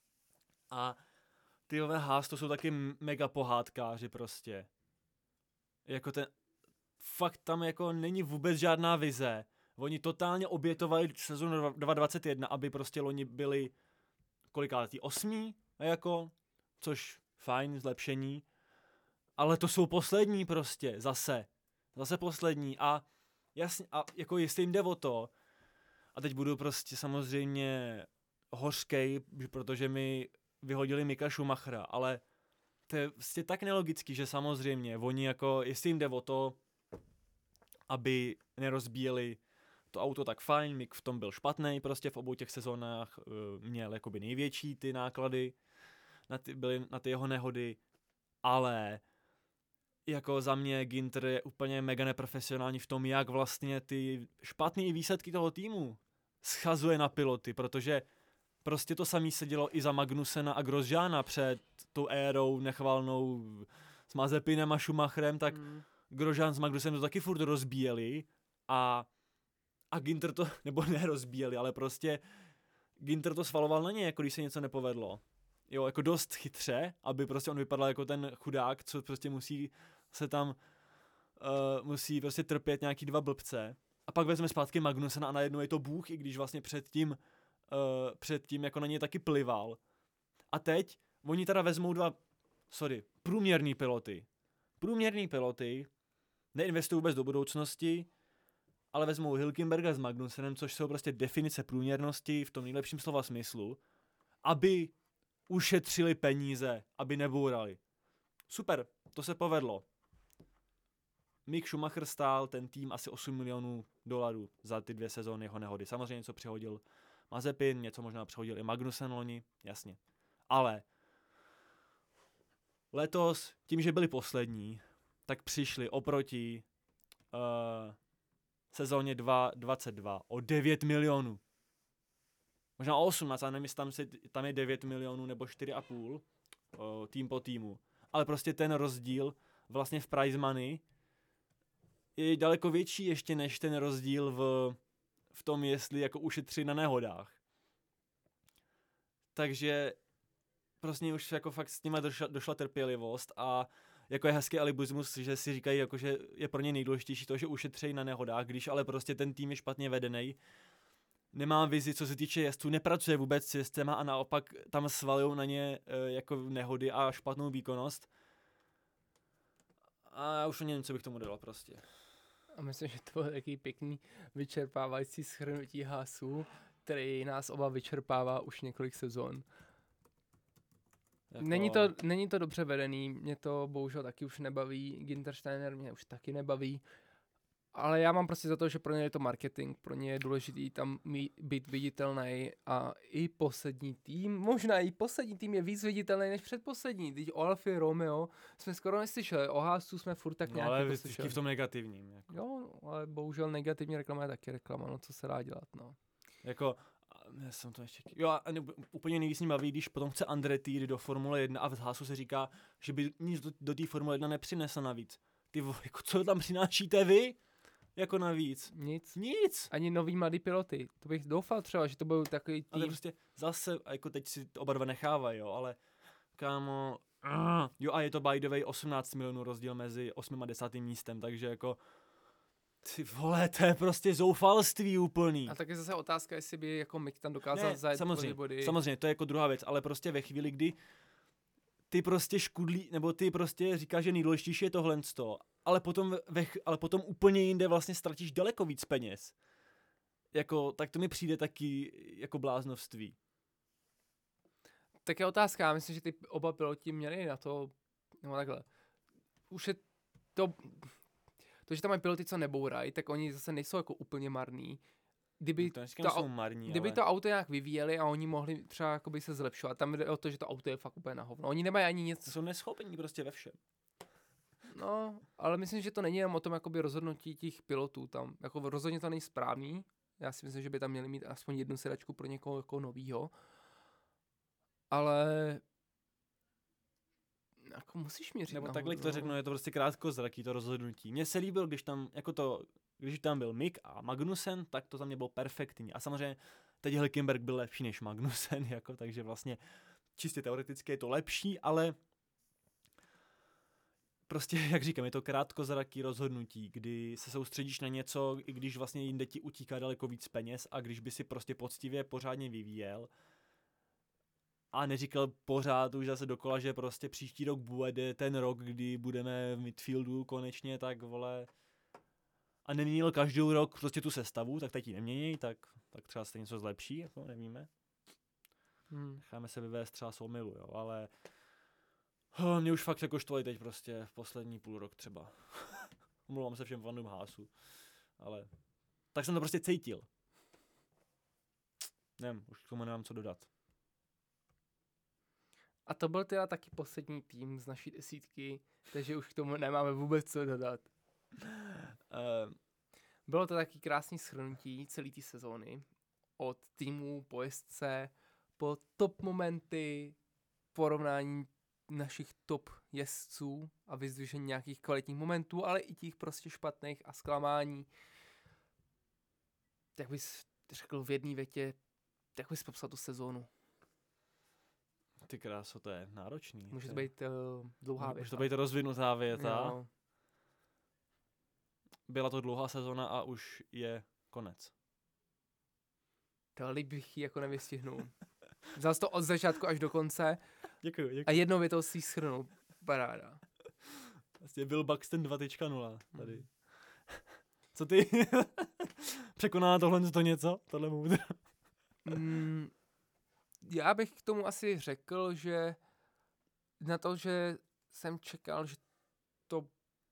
A tyhle Haas to jsou taky mega pohádkáři prostě. Jako ten, fakt tam jako není vůbec žádná vize. Oni totálně obětovali sezonu dva tisíce dvacet jedna, aby prostě loni byli kolikátý, osmý, jako, což fajn, zlepšení. Ale to jsou poslední prostě, zase. Zase poslední a jasně, a jako jestli jim jde o to, a teď budu prostě samozřejmě hořkej, protože mi vyhodili Mika Schumachera, ale to je vlastně tak nelogický, že samozřejmě oni jako, jestli jim jde o to, aby nerozbíjeli to auto, tak fajn, Mick v tom byl špatný, prostě v obou těch sezónách uh, měl jakoby největší ty náklady, na ty, byly na ty jeho nehody, ale jako za mě Günther je úplně mega neprofesionální v tom, jak vlastně ty špatné výsledky toho týmu schazuje na piloty, protože prostě to samé se dělo i za Magnusena a Grosjeana před tou érou nechvalnou s Mazepinem a Schumacherem, tak Mm. Grosjean s Magnusenem to taky furt rozbíjeli a, a Günther to, nebo nerozbíjeli, ale prostě Günther to svaloval na ně, jako když se něco nepovedlo. Jo, jako dost chytře, aby prostě on vypadal jako ten chudák, co prostě musí se tam, uh, musí prostě trpět nějaký dva blbce. A pak vezme zpátky Magnusena a najednou je to bůh, i když vlastně předtím, uh, předtím jako na něj taky plival. A teď oni teda vezmou dva, sorry, průměrný piloty. Průměrný piloty, neinvestují vůbec do budoucnosti, ale vezmou Hülkenberga s Magnusenem, což jsou prostě definice průměrnosti v tom nejlepším slova smyslu, aby ušetřili peníze, aby nebourali. Super, to se povedlo. Mick Schumacher stál ten tým asi osm milionů dolarů za ty dvě sezóny jeho nehody. Samozřejmě něco přihodil Mazepin, něco možná přihodil i Magnussen loni, jasně. Ale letos, tím, že byli poslední, tak přišli oproti uh, sezóně dva dvacet dva o devět milionů. Možná o osmnáct, ale nevím, jestli tam, si, tam je devět milionů nebo čtyři a půl o, tým po týmu. Ale prostě ten rozdíl vlastně v prize money je daleko větší ještě než ten rozdíl v, v tom, jestli jako ušetří na nehodách. Takže prostě už jako fakt s nimi došla, došla trpělivost a jako je hezký alibismus, že si říkají, jako, že je pro ně nejdůležitější to, že ušetří na nehodách, když ale prostě ten tým je špatně vedený, nemá vizi, co se týče jezdců, nepracuje vůbec s jezdcema a naopak tam svalují na ně e, jako nehody a špatnou výkonnost. A já už nevím, co bych tomu dodal prostě. A myslím, že to bylo taky pěkný vyčerpávající shrnutí Haasu, který nás oba vyčerpává už několik sezon. Jako... Není, to, není to dobře vedený, mě to bohužel taky už nebaví, Günther Steiner mě už taky nebaví, ale já mám prostě za to, že pro ně je to marketing, pro ně je důležitý tam mít, být viditelný a i poslední tým, možná i poslední tým je víc viditelný než předposlední. Teď o Alfě Romeo jsme skoro neslyšeli, o Haasu jsme furt tak no, nějak ale poslyšeli. v tom negativním. Jako. Jo, ale bohužel negativní reklama je taky reklama, no co se dá dělat, no. Jako, já jsem to ještě... Jo, a ne, úplně nejvíc mě baví, když potom chce Andretti jít do Formule jedna a v Haasu se říká, že by nic do, do té Formule jedna nepřinesl navíc. Ty jako, co tam přinášíte vy? Jako navíc. Nic. Nic. Ani nový mladý piloty. To bych doufal třeba, že to byl takový tým. Ale prostě zase, jako teď si oba dva nechávají, jo, ale kámo... Uh, jo, a je to by the way osmnáct milionů rozdíl mezi osmým a desátým místem, takže jako... Ty vole, to je prostě zoufalství úplný. A tak je zase otázka, jestli by jako Mick tam dokázal ne, zajet samozřejmě, body. Samozřejmě, to je jako druhá věc, ale prostě ve chvíli, kdy ty prostě škudlí, nebo ty prostě říkáš, že nejdůležitější je tohle, ale potom, ve, ale potom úplně jinde vlastně ztratíš daleko víc peněz. Jako, tak to mi přijde taky jako bláznovství. Tak je otázka, já myslím, že ty oba piloti měli na to, no takhle, už je to, to, že tam mají piloty, co nebourají, tak oni zase nejsou jako úplně marný. Kdyby, no to, to, jsou marní, kdyby ale... to auto nějak vyvíjeli a oni mohli třeba jakoby se zlepšovat, tam jde o to, že to auto je fakt úplně na hovno. Oni nemají ani nic. Jsou neschopní prostě ve všem. No, ale myslím, že to není jenom o tom jakoby rozhodnutí těch pilotů tam. Jako rozhodně to není správný. Já si myslím, že by tam měli mít aspoň jednu sedačku pro někoho jako novýho. Ale jako musíš mi říct. Nebo nahoru, takhle to řeknu, je to prostě krátkozraký to rozhodnutí. Mně se líbil, když tam, jako to, když tam byl Mick a Magnussen, tak to za mě bylo perfektní. A samozřejmě teď Hülkenberg byl lepší než Magnussen, jako, takže vlastně čistě teoreticky je to lepší, ale prostě, jak říkám, je to krátkozraký rozhodnutí, kdy se soustředíš na něco, i když vlastně jinde ti utíká daleko víc peněz a když by si prostě poctivě pořádně vyvíjel a neříkal pořád už zase dokola, že prostě příští rok bude ten rok, kdy budeme v midfieldu konečně, tak vole, a neměnil každý rok prostě tu sestavu, tak teď ji nemění, tak, tak třeba se něco zlepší, jako nevíme. Hmm. Necháme se vyvést třeba z omylu, jo, ale oh, mě už fakt jako štvali teď prostě v poslední půl rok třeba. Omlouvám se všem fanům Haasu, ale tak jsem to prostě cítil. Nevím, už k tomu nemám co dodat. A to byl teda taky poslední tým z naší desítky, takže už k tomu nemáme vůbec co dodat. Uh, Bylo to taky krásný shrnutí celé té sezóny. Od týmu po jezdce, po top momenty, porovnání našich top jezdců a vyzdvižení nějakých kvalitních momentů, ale i těch prostě špatných a zklamání. Jak bys řekl v jedné větě, jak bys popsal tu sezónu? Ty kráso, to je náročný. Může to být uh, dlouhá věta. Může to být rozvinutá věta. Jo. Byla to dlouhá sezona a už je konec. Tohle bych ji jako nevystihnul. Vzal to od začátku až do konce. Děkuji, děkuji. A jednou větou si ji shrnul. Paráda. Vlastně byl Buxton dva tečka nula tady. Hmm. Co ty? Překoná tohle to něco? Tohle moudro? mm, já bych k tomu asi řekl, že na to, že jsem čekal, že to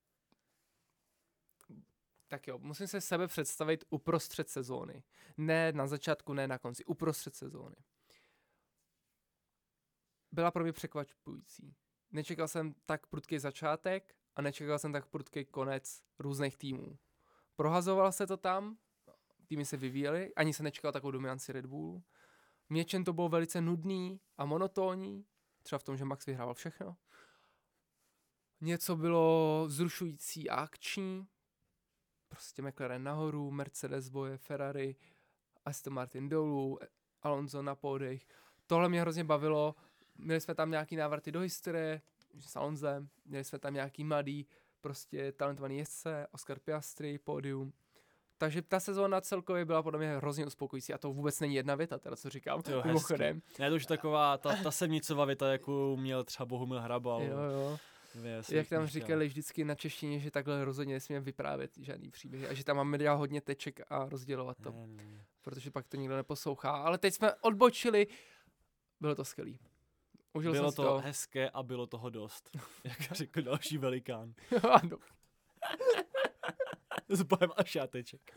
tak jo, musím se sebe představit uprostřed sezóny. Ne na začátku, ne na konci. Uprostřed sezóny. Byla pro mě překvapující. Nečekal jsem tak prudký začátek a nečekal jsem tak prudký konec různých týmů. prohazoval se to tam, týmy se vyvíjely, ani se nečekal takovou dominanci Red Bullu. V něčem to bylo velice nudný a monotónní, třeba v tom, že Max vyhrával všechno. Něco bylo vzrušující a akční, prostě McLaren nahoru, Mercedes boje, Ferrari, Aston Martin dolů, Alonso na pódech. Tohle mě hrozně bavilo, měli jsme tam nějaký návraty do historie, s Alonsem, měli jsme tam nějaký mladý, prostě talentovaný jezdce, Oscar Piastri, pódium. Takže ta sezóna celkově byla podle mě hrozně uspokojící a to vůbec není jedna věta, teda co říkám, Jo, mimochodem. Ne, to už taková ta, ta semnicová věta, jakou měl třeba Bohumil Hrabal. Jo, jo. Yes, Jak tam říkali vždycky na češtině, že takhle rozhodně nesmíme vyprávět žádný příběhy a že tam máme dělat hodně teček a rozdělovat to, ne, ne. protože pak to nikdo neposlouchá. Ale teď jsme odbočili, bylo to skvělý. Užil Bylo jsem to, to hezké a bylo toho dost, jak řekl další velikán. Ano. S bojem a šáteček.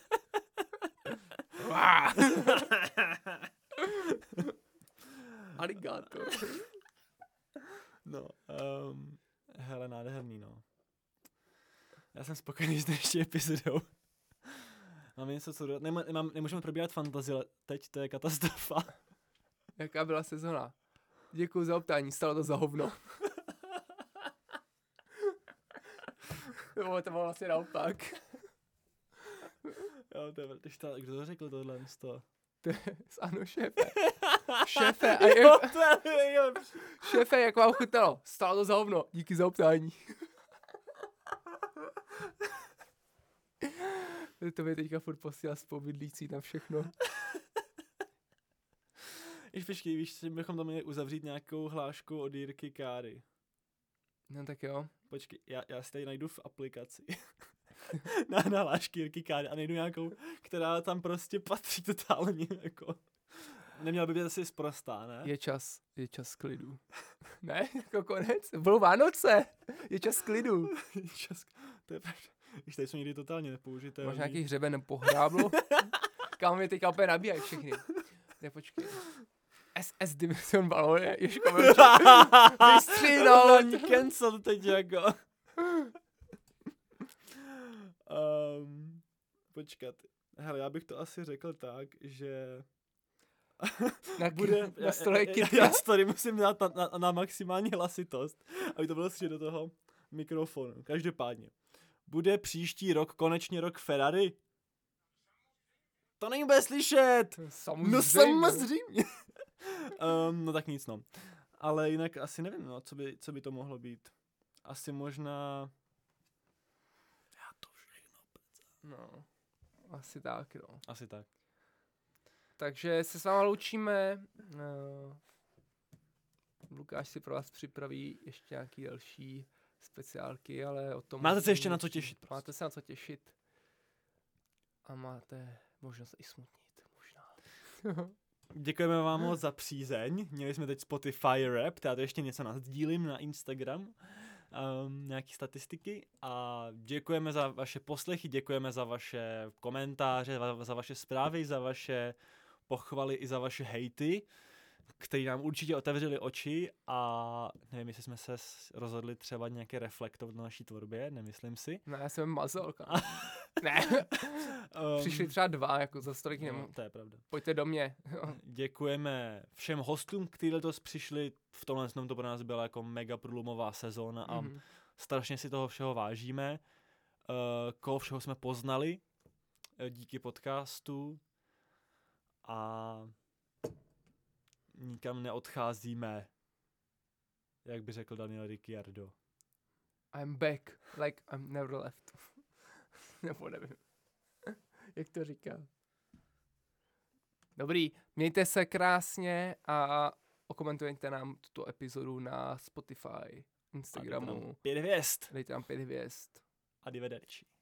Aligátor. No, um, hele, nádherný, no. Já jsem spokojený s dnešní epizodou. Máme něco, co dodat? Nemá, nemám, nemůžeme probírat fantazii, ale teď to je katastrofa. Jaká byla sezona? Děkuji za optání, stalo to za hovno. Nebo to bylo vlastně naopak. Jo, to je, ta, kdo to řekl tohle? To? Ano, šéfe. Šéfe, a Jo, jak, to je nejlepší. šéfe, jak vám chutnalo? Stalo to za hovno, díky za optání. To mě teďka furt posílá zpovědlící na všechno. Jež počkej, víš, že bychom tam měli uzavřít nějakou hlášku od Jirky Káry. No tak jo. Počkej, já, já si tady najdu v aplikaci. na, na hlášky Jirky Káry a najdu nějakou, která tam prostě patří totálně, jako. Neměla by být asi sprostá, ne? Je čas, je čas klidu. Ne, jako konec, budou Vánoce, je čas klidu. Je čas, to je pravda. Víš, tady jsou někdy totálně nepoužitelný. Máš nějaký hřeben po hráblu? Kam mě teďka úplně nabíjají všechny. Ne, počkej. S S Division balóny, Ježko, vystřínout. No, cancel teď jako. um, počkat. Hele, já bych to asi řekl tak, že na, bude, na stole já, já, já tady musím dát na, na, na maximální hlasitost, aby to bylo slyšet do toho mikrofonu. Každopádně. Bude příští rok konečně rok Ferrari? To není bude slyšet! Samozřejmě. No samozřejmě. um, no tak nic, no. Ale jinak asi nevím, no, co by, co by to mohlo být. Asi možná... Já to všechno No, asi tak, no. Asi tak. Takže se s váma loučíme. Uh, Lukáš si pro vás připraví ještě nějaký další speciálky, ale o tom... Máte se ještě na co těšit. Prostě. Máte se na co těšit. A máte možnost i smutnit, možná. Děkujeme vám moc za přízeň. Měli jsme teď Spotify rap, já to ještě něco nasdílím na Instagram. Um, nějaký statistiky a děkujeme za vaše poslechy, děkujeme za vaše komentáře, za vaše zprávy, za vaše pochvaly i za vaše hejty, které nám určitě otevřely oči a nevím, jestli jsme se rozhodli třeba nějaké reflektovat na naší tvorbě, nemyslím si. Ne, já jsem mazolka. Ne. Um, Přišli třeba dva, jako za stolik no, nemůžu. To je pravda. Pojďte do mě. Děkujeme všem hostům, kteří letos přišli. V tomhle snom to pro nás byla jako mega průlomová sezóna a mm-hmm. strašně si toho všeho vážíme. Uh, koho všeho jsme poznali uh, díky podcastu a nikam neodcházíme, jak by řekl Daniel Ricciardo. I'm back, like I'm never left. Nebo nevím. Jak to říká? Dobrý, mějte se krásně a okomentujte nám tuto epizodu na Spotify, Instagramu. Pět hvězd. Dejte nám pět hvězd. Arrivederci.